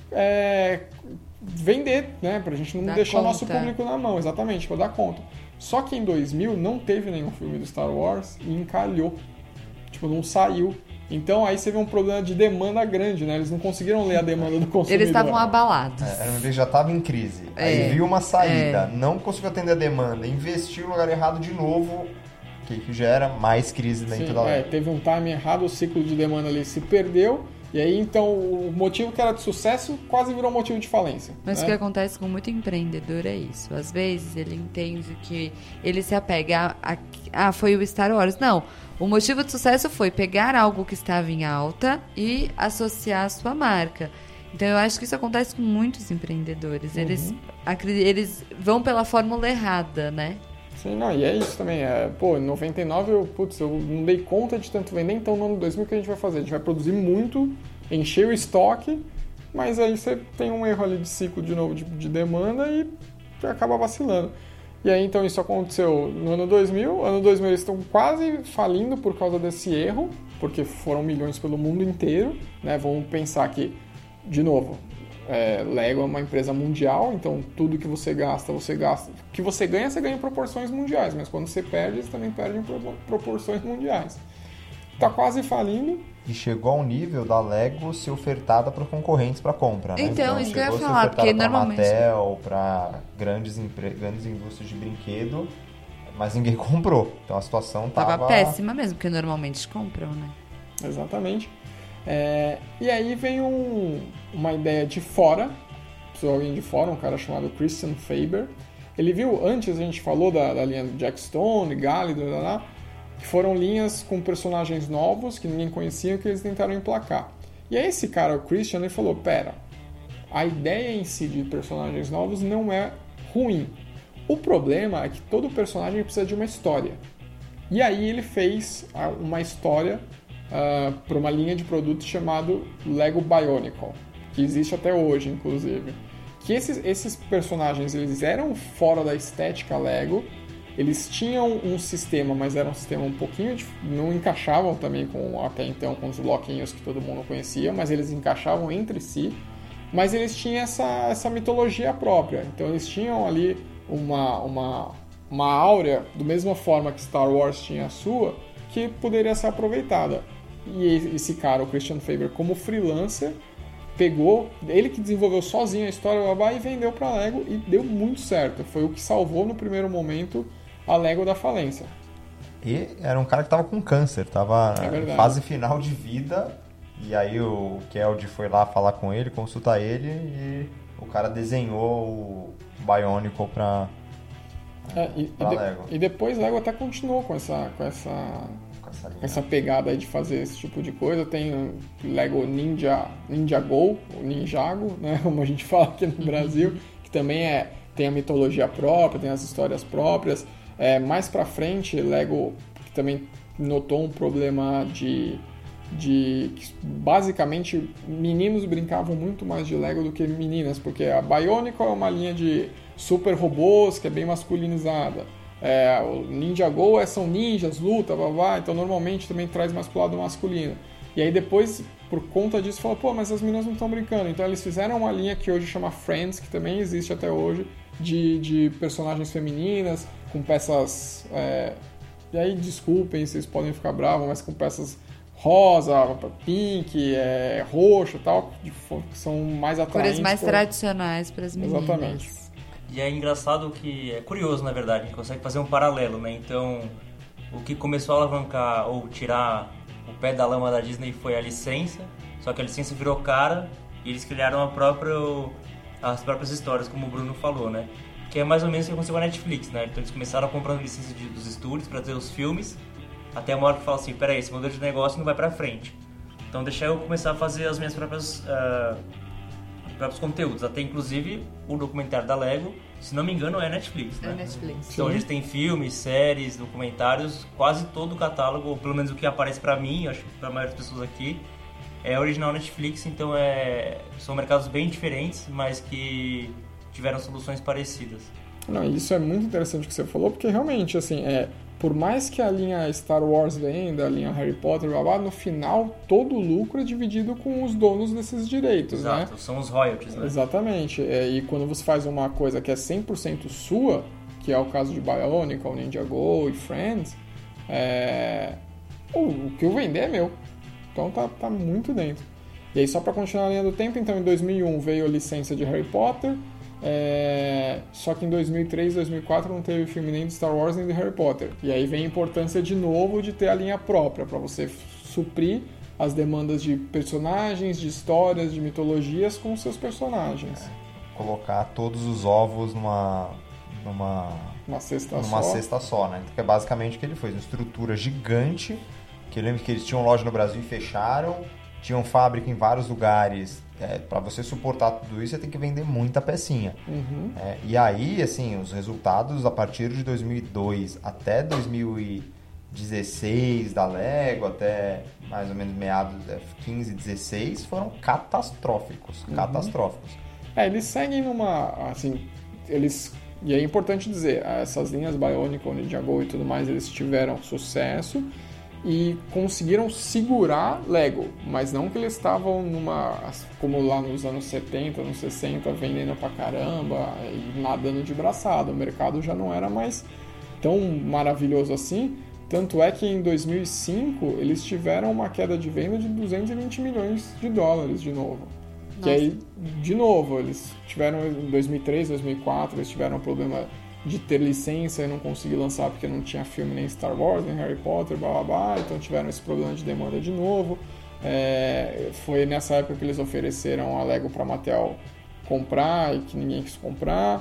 é, vender, né? Pra gente não Dar deixar o conta. nosso público na mão, exatamente, pra dar conta. Só que em dois mil não teve nenhum filme do Star Wars e encalhou. Tipo, não saiu. Então aí você vê um problema de demanda grande, né? Eles não conseguiram ler a demanda do consumidor. Eles estavam abalados. É, era uma vez que já estava em crise. É, Aí viu uma saída, não conseguiu atender a demanda, investiu no lugar errado de novo, que, que gera mais crise dentro Sim, da é, Lego. teve um time errado, o ciclo de demanda ali se perdeu. E aí, então, o motivo que era de sucesso quase virou motivo de falência. Mas né? o que acontece com muito empreendedor é isso. Às vezes ele entende que ele se apega a, a, ah, foi o Star Wars. Não, o motivo de sucesso foi pegar algo que estava em alta e associar a sua marca. Então eu acho que isso acontece com muitos empreendedores. Uhum. Eles, acre- eles vão pela fórmula errada, né? Sim, não, e é isso também. É, pô, em noventa e nove eu, putz, eu não dei conta de tanto vender, então no ano dois mil o que a gente vai fazer? A gente vai produzir muito, encher o estoque, mas aí você tem um erro ali de ciclo de novo de, de demanda e acaba vacilando. E aí então isso aconteceu no ano dois mil, ano dois mil eles estão quase falindo por causa desse erro, porque foram milhões pelo mundo inteiro, né? Vamos pensar que, de novo, é, Lego é uma empresa mundial, então tudo que você gasta, você gasta. O que você ganha, você ganha em proporções mundiais, mas quando você perde, você também perde em pro- proporções mundiais. Tá quase falindo. E chegou ao nível da Lego ser ofertada para concorrentes para compra, né? Então, isso que eu ia chegou a ser falar, ofertada porque pra normalmente- Mattel, para grandes, empre... grandes indústrias de brinquedo, mas ninguém comprou. Então a situação Tava, tava, péssima mesmo, porque normalmente compram, né? Exatamente. É, e aí vem um- uma ideia de fora, precisou alguém de fora, um cara chamado Christian Faber. Ele viu, antes a gente falou da, da linha Jack Stone, Gallido, lá, lá, que foram linhas com personagens novos que ninguém conhecia que eles tentaram emplacar. E aí esse cara, o Christian, ele falou, pera, a ideia em si de personagens novos não é ruim. O problema é que todo personagem precisa de uma história. E aí ele fez ah, uma história uh, para uma linha de produtos chamado Lego Bionicle, que existe até hoje, inclusive. Que esses, esses personagens eles eram fora da estética Lego, eles tinham um sistema, mas era um sistema um pouquinho dif- não encaixavam também com até então com os bloquinhos que todo mundo conhecia, mas eles encaixavam entre si. Mas eles tinham essa, essa mitologia própria. Então eles tinham ali uma, uma, uma áurea, da mesma forma que Star Wars tinha a sua, que poderia ser aproveitada. E esse cara, o Christian Faber, como freelancer, pegou, ele que desenvolveu sozinho a história babá, e vendeu para a Lego e deu muito certo. Foi o que salvou no primeiro momento a Lego da falência. E era um cara que tava com câncer, tava É em verdade. fase final de vida. E aí o Keld foi lá falar com ele, consultar ele, e o cara desenhou o Bionicle pra, É, e, pra e, de- Lego. e depois Lego até continuou com essa, com essa, Com essa linha. com essa pegada aí de fazer esse tipo de coisa. Tem o Lego Ninja, Ninja Go, o Ninjago, né, como a gente fala aqui no Brasil, que também é, tem a mitologia própria, tem as histórias próprias. É, mais pra frente, Lego que também notou um problema de, de que basicamente meninos brincavam muito mais de Lego do que meninas, porque a Bionicle é uma linha de super robôs que é bem masculinizada. É, o Ninja Go é, são ninjas, luta, blá, blá, então normalmente também traz mais pro lado masculino. E aí depois, por conta disso, falou, pô, mas as meninas não estão brincando. Então eles fizeram uma linha que hoje chama Friends, que também existe até hoje, de, de personagens femininas, com peças... É, e aí, desculpem, vocês podem ficar bravos, mas com peças rosa, pink, é, roxo e tal, que fo- que são mais atraentes. Cores mais pra- tradicionais para as meninas. Exatamente. E é engraçado que é curioso, na verdade, a gente consegue fazer um paralelo, né? Então, o que começou a alavancar ou tirar o pé da lama da Disney foi a licença, só que a licença virou cara e eles criaram a própria, as próprias histórias, como o Bruno falou, né? Que é mais ou menos o que aconteceu com a Netflix, né? Então eles começaram comprando licença de, dos estúdios para ter os filmes, até uma hora que fala assim, peraí, esse modelo de negócio não vai pra frente. Então deixa eu começar a fazer as minhas próprias uh, próprios conteúdos. Até inclusive o documentário da Lego, se não me engano, é Netflix, né? É Netflix. Então a gente tem filmes, séries, documentários, quase todo o catálogo, ou pelo menos o que aparece pra mim, acho que pra maioria das pessoas aqui, é original Netflix, então é... são mercados bem diferentes, mas que tiveram soluções parecidas. Não, isso é muito interessante o que você falou, porque realmente, assim, é, por mais que a linha Star Wars venda, a linha Harry Potter, blá, blá, no final, todo o lucro é dividido com os donos desses direitos, Exato, né? são os royalties, né? Exatamente. É, e quando você faz uma coisa que é cem por cento sua, que é o caso de Bionicle, Ninjago e Friends, é, o, o que eu vender é meu. Então tá, tá muito dentro. E aí, só para continuar a linha do tempo, então em dois mil e um veio a licença de Harry Potter, é... só que em dois mil e três, dois mil e quatro não teve filme nem de Star Wars nem de Harry Potter. E aí vem a importância de novo de ter a linha própria, para você suprir as demandas de personagens, de histórias, de mitologias com seus personagens. É, colocar todos os ovos numa... numa... Uma cesta numa só. cesta só, né? Que é basicamente o que ele fez, uma estrutura gigante, que eu lembro que eles tinham loja no Brasil e fecharam, tinham fábrica em vários lugares. É, para você suportar tudo isso, você tem que vender muita pecinha. Uhum. É, e aí, assim, os resultados a partir de dois mil e dois até dois mil e dezesseis da Lego, até mais ou menos meados de quinze, dezesseis, foram catastróficos, Uhum. catastróficos. É, eles seguem numa, assim, eles, e é importante dizer, essas linhas Bionicle, Ninjago e tudo mais, eles tiveram sucesso e conseguiram segurar Lego, mas não que eles estavam numa, como lá nos anos setenta, anos sessenta, vendendo pra caramba e nadando de braçada. O mercado já não era mais tão maravilhoso assim, tanto é que em dois mil e cinco eles tiveram uma queda de venda de duzentos e vinte milhões de dólares de novo. Que aí, de novo, eles tiveram em dois mil e três, dois mil e quatro, eles tiveram um problema de ter licença e não conseguir lançar porque não tinha filme nem Star Wars, nem Harry Potter, blá blá blá, então tiveram esse problema de demanda de novo. É, foi nessa época que eles ofereceram a Lego para a Mattel comprar e que ninguém quis comprar.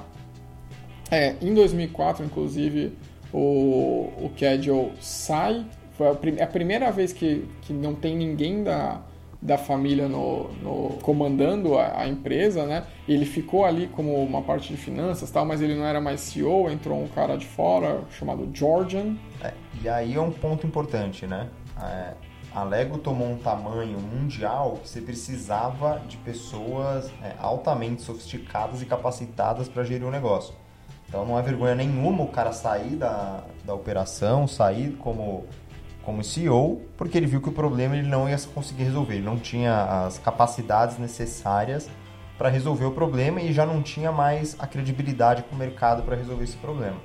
É, em dois mil e quatro, inclusive, o, o Casual sai, foi a, prim- a primeira vez que, que não tem ninguém da... da família no, no, comandando a, a empresa, né? Ele ficou ali como uma parte de finanças, tal, mas ele não era mais C E O, entrou um cara de fora chamado Georgian. É, e aí é um ponto importante, né? É, a Lego tomou um tamanho mundial que você precisava de pessoas é, altamente sofisticadas e capacitadas para gerir o negócio. Então não é vergonha nenhuma o cara sair da, da operação, sair como... como C E O, porque ele viu que o problema ele não ia conseguir resolver, ele não tinha as capacidades necessárias para resolver o problema e já não tinha mais a credibilidade com o mercado para resolver esse problema.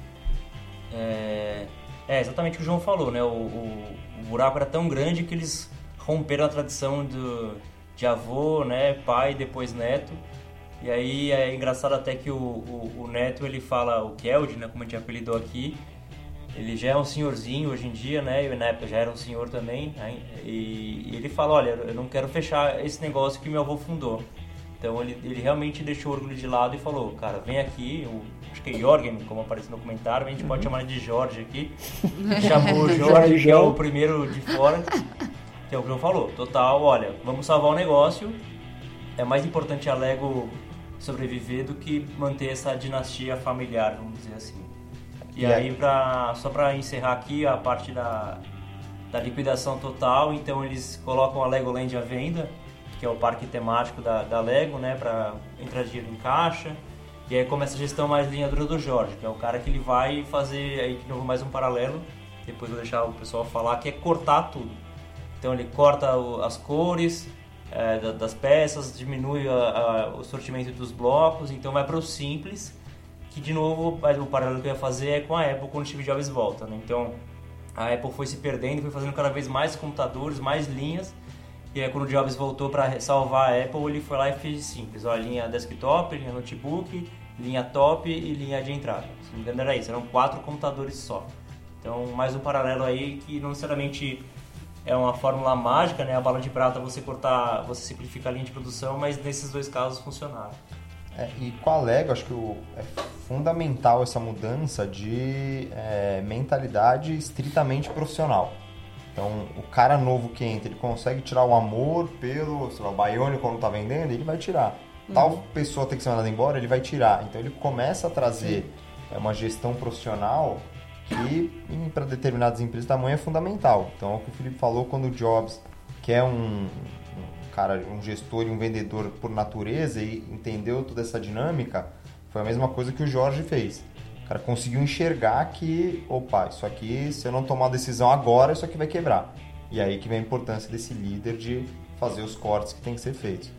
É, é exatamente o que o João falou, né? O, o, o buraco era tão grande que eles romperam a tradição do, de avô, né? Pai, depois neto. E aí é engraçado até que o, o, o neto ele fala, o Keld, né? Como a gente apelidou aqui, ele já é um senhorzinho hoje em dia, né? Eu na época já era um senhor também. Né? E, e ele fala, olha, eu não quero fechar esse negócio que meu avô fundou. Então ele, ele realmente deixou o orgulho de lado e falou, cara, vem aqui, o, acho que é Jorgen, como aparece no documentário, a gente uhum. pode chamar ele de Jorge aqui. Chamou o Jorge, que é o primeiro de fora, que é o que eu falou. Total, olha, vamos salvar o negócio. É mais importante a Lego sobreviver do que manter essa dinastia familiar, vamos dizer assim. E yeah. aí, pra, só para encerrar aqui a parte da, da liquidação total, então eles colocam a Legoland à venda, que é o parque temático da, da Lego, né, para entrar dinheiro em caixa. E aí começa a gestão mais linha dura do Jorge, que é o cara que ele vai fazer, aí de novo mais um paralelo, depois vou deixar o pessoal falar, que é cortar tudo. Então ele corta o, as cores é, da, das peças, diminui a, a, o sortimento dos blocos, então vai para o simples, que de novo o paralelo que eu ia fazer é com a Apple quando o Steve Jobs volta, né? Então a Apple foi se perdendo, foi fazendo cada vez mais computadores, mais linhas, e aí quando o Jobs voltou para salvar a Apple, ele foi lá e fez simples, ó, linha desktop, linha notebook, linha top e linha de entrada. Se não me engano era isso, eram quatro computadores só. Então mais um paralelo aí que não necessariamente é uma fórmula mágica, né? A bala de prata você cortar, você simplifica a linha de produção, mas nesses dois casos funcionaram. É, e com a Lego, acho que o, é fundamental essa mudança de é, mentalidade estritamente profissional. Então, o cara novo que entra, ele consegue tirar o amor pelo, sei lá, o Bionicle quando tá vendendo, ele vai tirar. tal pessoa tem que ser mandada embora, ele vai tirar. Então ele começa a trazer é, uma gestão profissional que para determinadas empresas de tamanho é fundamental. Então é o que o Felipe falou, quando o Jobs, que é um, um cara, um gestor e um vendedor por natureza e entendeu toda essa dinâmica, foi a mesma coisa que o Jorge fez. O cara conseguiu enxergar que, opa, isso aqui, se eu não tomar decisão agora, isso aqui vai quebrar. E aí que vem a importância desse líder de fazer os cortes que tem que ser feitos.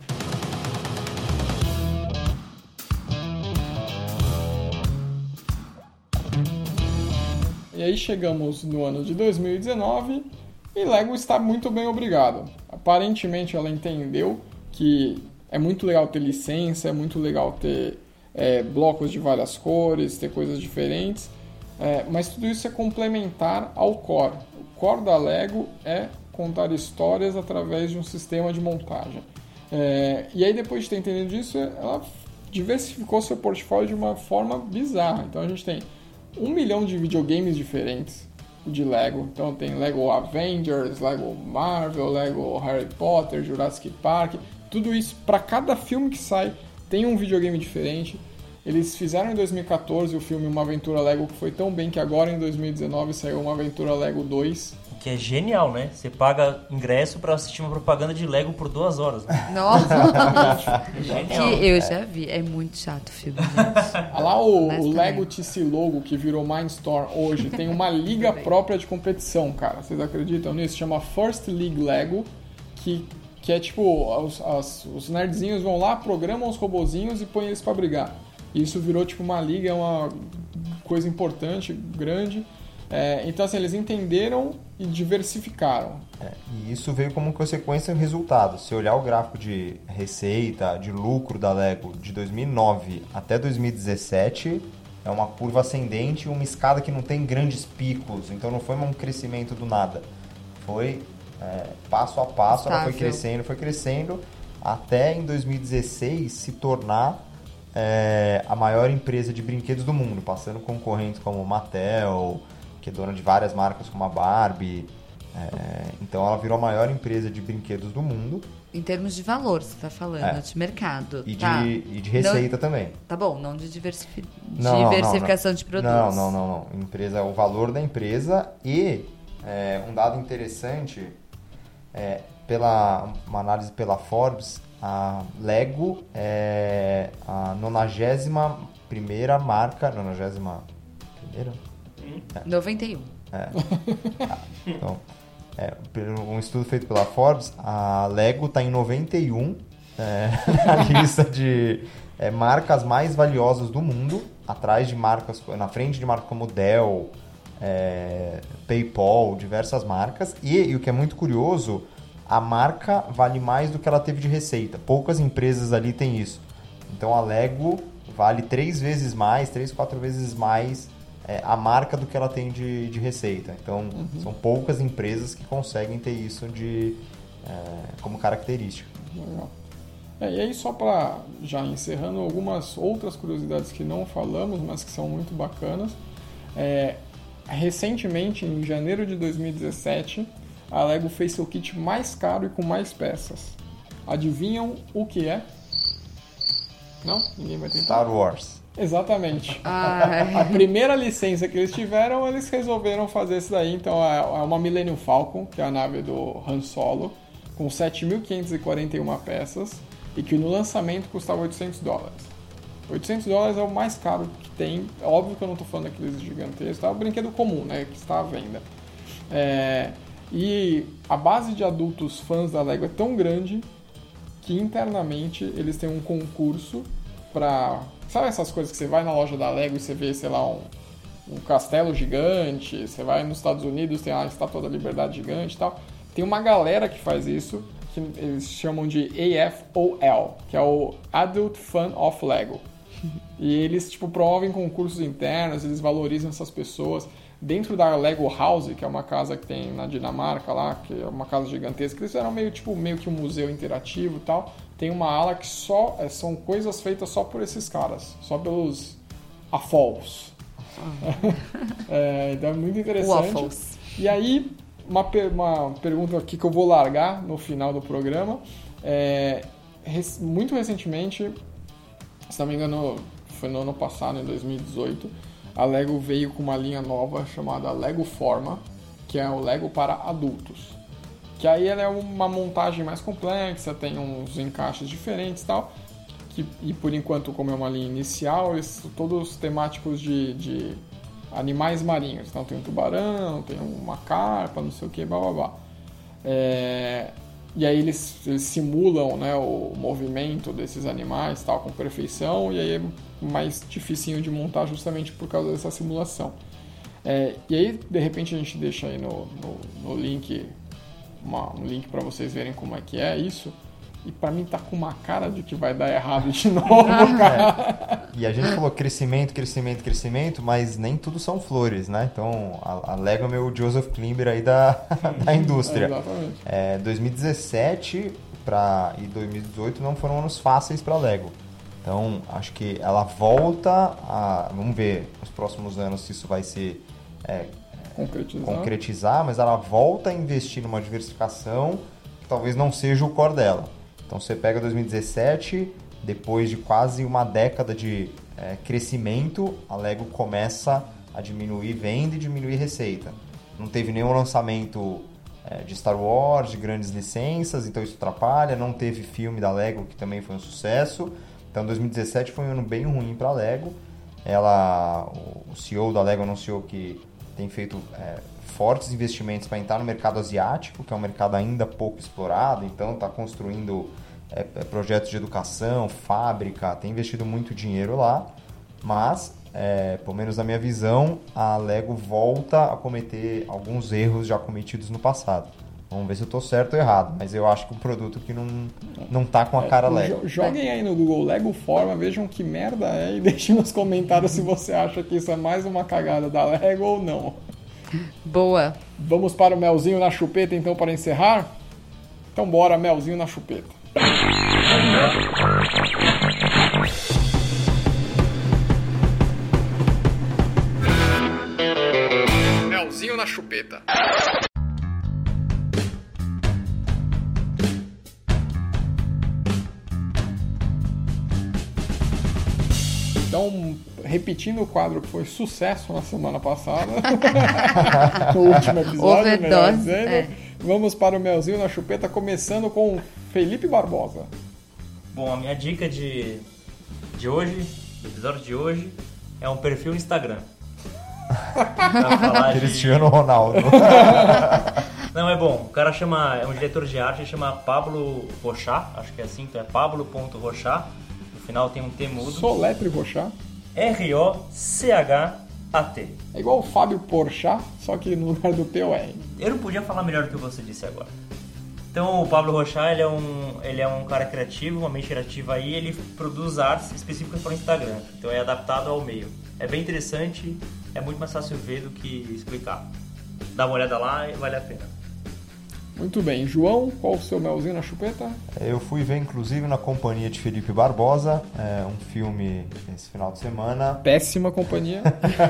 E aí chegamos no ano de dois mil e dezenove e Lego está muito bem, obrigado. Aparentemente ela entendeu que é muito legal ter licença, é muito legal ter é, blocos de várias cores, ter coisas diferentes, é, mas tudo isso é complementar ao core. O core da Lego é contar histórias através de um sistema de montagem. É, e aí depois de ter entendido isso, ela diversificou seu portfólio de uma forma bizarra. Então a gente tem um milhão de videogames diferentes de Lego. Então tem Lego Avengers, Lego Marvel, Lego Harry Potter, Jurassic Park. Tudo isso, para cada filme que sai, tem um videogame diferente. Eles fizeram em dois mil e catorze o filme Uma Aventura Lego, que foi tão bem que agora em dois mil e dezenove saiu Uma Aventura Lego dois. Que é genial, né? Você paga ingresso pra assistir uma propaganda de Lego por duas horas. Né? Nossa! Genial. Que eu já vi. É muito chato o filme, gente. Olha lá o, o Lego T C Logo, que virou Mindstorm hoje, tem uma liga própria de competição, cara. Vocês acreditam nisso? Chama First League Lego, que, que é tipo, os, as, os nerdzinhos vão lá, programam os robozinhos e põem eles pra brigar. E isso virou tipo uma liga, uma coisa importante, grande. É, então, assim, eles entenderam e diversificaram. É, e isso veio como consequência do resultado. Se olhar o gráfico de receita, de lucro da Lego de dois mil e nove até dois mil e dezessete, é uma curva ascendente, uma escada que não tem grandes picos. Então, não foi um crescimento do nada. Foi é, passo a passo, ela foi crescendo, foi crescendo, até em dois mil e dezesseis se tornar é, a maior empresa de brinquedos do mundo, passando concorrentes como Mattel, que é dona de várias marcas como a Barbie. É, então ela virou a maior empresa de brinquedos do mundo. Em termos de valor, você está falando, é. de mercado. E, tá. de, e de receita não, também. Tá bom, não de diversifi... não, diversificação não, não. de produtos. Não, não, não, não. Empresa, o valor da empresa e é, um dado interessante, é, pela uma análise pela Forbes, a Lego é a nonagésima primeira marca. nonagésima primeira? É. noventa e um. É. Então, é, um estudo feito pela Forbes, a Lego está em noventa e um é, na lista de é, marcas mais valiosas do mundo, atrás de marcas, na frente de marcas como Dell, é, PayPal, diversas marcas. E, e o que é muito curioso, a marca vale mais do que ela teve de receita. Poucas empresas ali têm isso. Então a Lego vale três vezes mais, três, quatro vezes mais é, a marca do que ela tem de, de receita. Então uhum. são poucas empresas que conseguem ter isso de, é, como característica. Legal. É, e aí só para já encerrando algumas outras curiosidades que não falamos, mas que são muito bacanas. É, recentemente, em janeiro de dois mil e dezessete, a Lego fez seu kit mais caro e com mais peças. Adivinham o que é? Não? Ninguém vai tentar? Star Wars. Exatamente. A primeira licença que eles tiveram, eles resolveram fazer isso daí. Então é uma Millennium Falcon, que é a nave do Han Solo, com sete mil quinhentas e quarenta e uma peças e que no lançamento custava oitocentos dólares. oitocentos dólares é o mais caro que tem. É óbvio que eu não estou falando daqueles gigantescos, tá? É o brinquedo comum, né, que está à venda. É... E a base de adultos fãs da Lego é tão grande que internamente eles têm um concurso para... Sabe essas coisas que você vai na loja da Lego e você vê, sei lá, um, um castelo gigante, você vai nos Estados Unidos, tem a Estátua da Liberdade gigante e tal. Tem uma galera que faz isso, que eles chamam de A F O L, que é o Adult Fan of Lego. E eles, tipo, promovem concursos internos, eles valorizam essas pessoas. Dentro da Lego House, que é uma casa que tem na Dinamarca lá, que é uma casa gigantesca, eles eram meio, tipo, meio que um museu interativo e tal. Tem uma ala que só é, são coisas feitas só por esses caras, só pelos Afols. é, então é muito interessante. Waffles. E aí, uma, uma pergunta aqui que eu vou largar no final do programa. É, rec- muito recentemente, se não me engano, foi no ano passado, em dois mil e dezoito, a Lego veio com uma linha nova chamada Lego Forma, que é o Lego para adultos. Que aí ela é uma montagem mais complexa, tem uns encaixes diferentes e tal. Que, e por enquanto, como é uma linha inicial, eles são todos temáticos de, de animais marinhos. Então tem um tubarão, tem uma carpa, não sei o que, blá blá blá. É, e aí eles, eles simulam, né, o movimento desses animais tal, com perfeição, e aí é mais dificinho de montar justamente por causa dessa simulação. É, e aí, de repente, a gente deixa aí no, no, no link, uma, um link para vocês verem como é que é isso. E pra mim tá com uma cara de que vai dar errado de novo, cara. É. E a gente falou crescimento, crescimento, crescimento, mas nem tudo são flores, né? Então, a, a Lego é meu Joseph Klimber aí da, da indústria. É, exatamente. É, dois mil e dezessete pra, e dois mil e dezoito não foram anos fáceis pra Lego. Então, acho que ela volta a... Vamos ver nos próximos anos se isso vai ser... É, concretizar. concretizar, mas ela volta a investir numa diversificação que talvez não seja o core dela. Então você pega dois mil e dezessete, depois de quase uma década de é, crescimento, a Lego começa a diminuir venda e diminuir receita. Não teve nenhum lançamento é, de Star Wars, de grandes licenças, então isso atrapalha. Não teve filme da Lego, que também foi um sucesso. Então dois mil e dezessete foi um ano bem ruim para a Lego. Ela, o C E O da Lego anunciou que tem feito é, fortes investimentos para entrar no mercado asiático, que é um mercado ainda pouco explorado, então está construindo é, projetos de educação, fábrica, tem investido muito dinheiro lá, mas, é, pelo menos na minha visão, a Lego volta a cometer alguns erros já cometidos no passado. Vamos ver se eu estou certo ou errado, mas eu acho que um produto que não, não tá com a cara é, Lego. Joguem aí no Google Lego Forma, vejam que merda é e deixem nos comentários se você acha que isso é mais uma cagada da Lego ou não. Boa. Vamos para o melzinho na chupeta, então, para encerrar? Então, bora, melzinho na chupeta. Melzinho na chupeta. Então, repetindo o quadro que foi sucesso na semana passada, no último episódio, melhor dizendo, é. Vamos para o melzinho na chupeta, começando com Felipe Barbosa. Bom, a minha dica de, de hoje, do episódio de hoje, é um perfil no Instagram. Pra falar Cristiano de... Ronaldo. Não, é bom. O cara chama, é um diretor de arte, ele chama Pablo Rochat, acho que é assim, então é pablo ponto rochat. No final tem um T mudo. Soletre Rochat. R O C H A T. É igual o Fábio Porchat, só que no lugar do P O R. Eu não podia falar melhor do que você disse agora. Então o Pablo Rochat, ele é um, ele é um cara criativo, uma mente criativa aí, ele produz artes específicas para o Instagram. Então é adaptado ao meio. É bem interessante, é muito mais fácil ver do que explicar. Dá uma olhada lá e vale a pena. Muito bem. João, qual o seu melzinho na chupeta? Eu fui ver, inclusive, na companhia de Felipe Barbosa, é, um filme esse final de semana. Péssima companhia.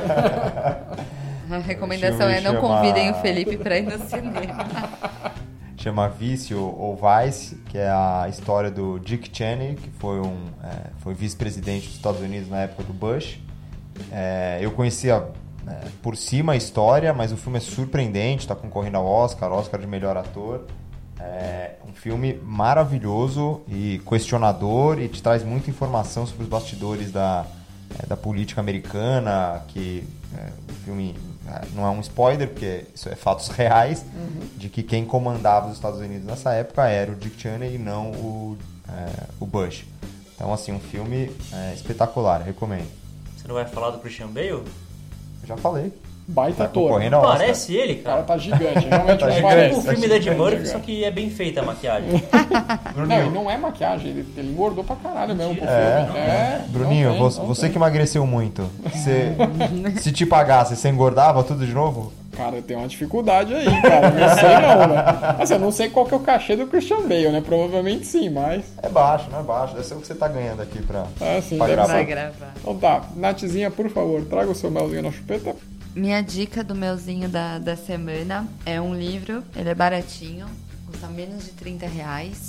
A recomendação é não chama... convidem o Felipe para ir no cinema. Chama Vício ou Vice, que é a história do Dick Cheney, que foi, um, é, foi vice-presidente dos Estados Unidos na época do Bush. É, eu conhecia é, por cima a história, mas o filme é surpreendente, está concorrendo ao Oscar, Oscar de melhor ator. É um filme maravilhoso e questionador e te traz muita informação sobre os bastidores da, é, da política americana, que é, o filme é, não é um spoiler, porque isso é fatos reais, uhum. de que quem comandava os Estados Unidos nessa época era o Dick Cheney e não o, é, o Bush. Então, assim, um filme é, espetacular, recomendo. Você não vai falar do Christian Bale? Já falei. Baita tá ator. Não parece ele, cara. O cara tá gigante, realmente tá não gigante. parece. O filme da Ed Murphy, só que é bem feita a maquiagem. Não, e não é maquiagem, ele, ele engordou pra caralho mesmo pro é, filme. É, Bruninho, tem, você, você que emagreceu muito, você, se te pagasse, você engordava tudo de novo? Cara, eu tenho uma dificuldade aí, cara. Não sei não, né? Assim, eu não sei qual que é o cachê do Christian Bale, né? Provavelmente sim, mas... É baixo, não é baixo. Deve ser o que você tá ganhando aqui pra, é, sim, pra deve gravar. Vai gravar. Então tá, Nathzinha, por favor, traga o seu melzinho na chupeta. Minha dica do melzinho da, da semana é um livro, ele é baratinho, custa menos de trinta reais.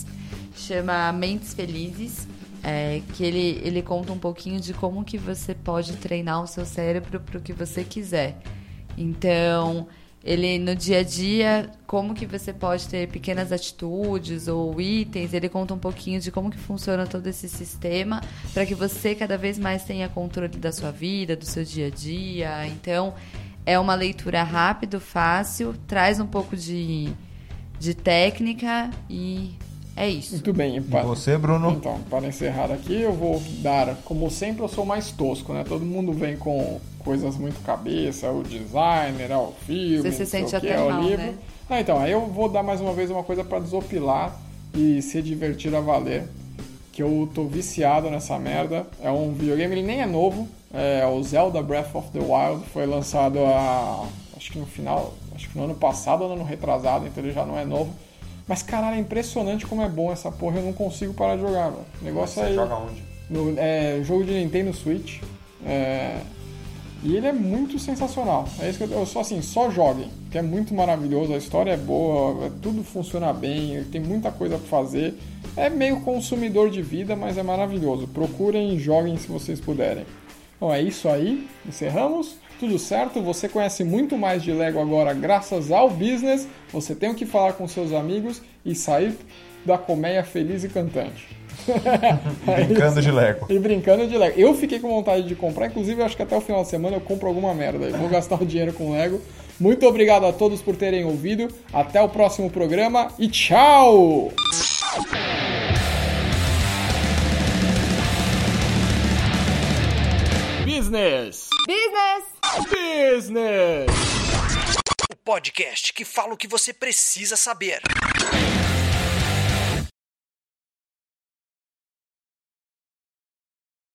chama Mentes Felizes, é, que ele, ele conta um pouquinho de como que você pode treinar o seu cérebro para o que você quiser. Então, ele no dia a dia, como que você pode ter pequenas atitudes ou itens, ele conta um pouquinho de como que funciona todo esse sistema para que você cada vez mais tenha controle da sua vida, do seu dia a dia. Então, é uma leitura rápida, fácil, traz um pouco de, de técnica e é isso. Muito bem. E você, Bruno? Então, para encerrar aqui, eu vou dar, como sempre, eu sou mais tosco, né? Todo mundo vem com coisas muito cabeça, o designer, o filme, você se sente o que, até é, mal, o livro. né? Não, então, aí eu vou dar mais uma vez uma coisa para desopilar e se divertir a valer, que eu tô viciado nessa merda. É um videogame, ele nem é novo, é o Zelda Breath of the Wild, foi lançado a, acho que no final, acho que no ano passado ou no ano retrasado, então ele já não é novo. Mas, caralho, é impressionante como é bom essa porra, eu não consigo parar de jogar, velho. O negócio Você aí... joga onde? No, é, jogo de Nintendo Switch. É, e ele é muito sensacional. É isso que eu, eu só assim, só joguem, que é muito maravilhoso, a história é boa, tudo funciona bem, tem muita coisa pra fazer. É meio consumidor de vida, mas é maravilhoso. Procurem e joguem se vocês puderem. Bom, é isso aí. Encerramos. Tudo certo? Você conhece muito mais de Lego agora graças ao business. Você tem o que falar com seus amigos e sair da colmeia feliz e cantante. E brincando é de Lego. E brincando de Lego. Eu fiquei com vontade de comprar, inclusive eu acho que até o final de semana eu compro alguma merda. Eu vou gastar o dinheiro com Lego. Muito obrigado a todos por terem ouvido. Até o próximo programa e tchau! Business! Business! Business! O podcast que fala o que você precisa saber.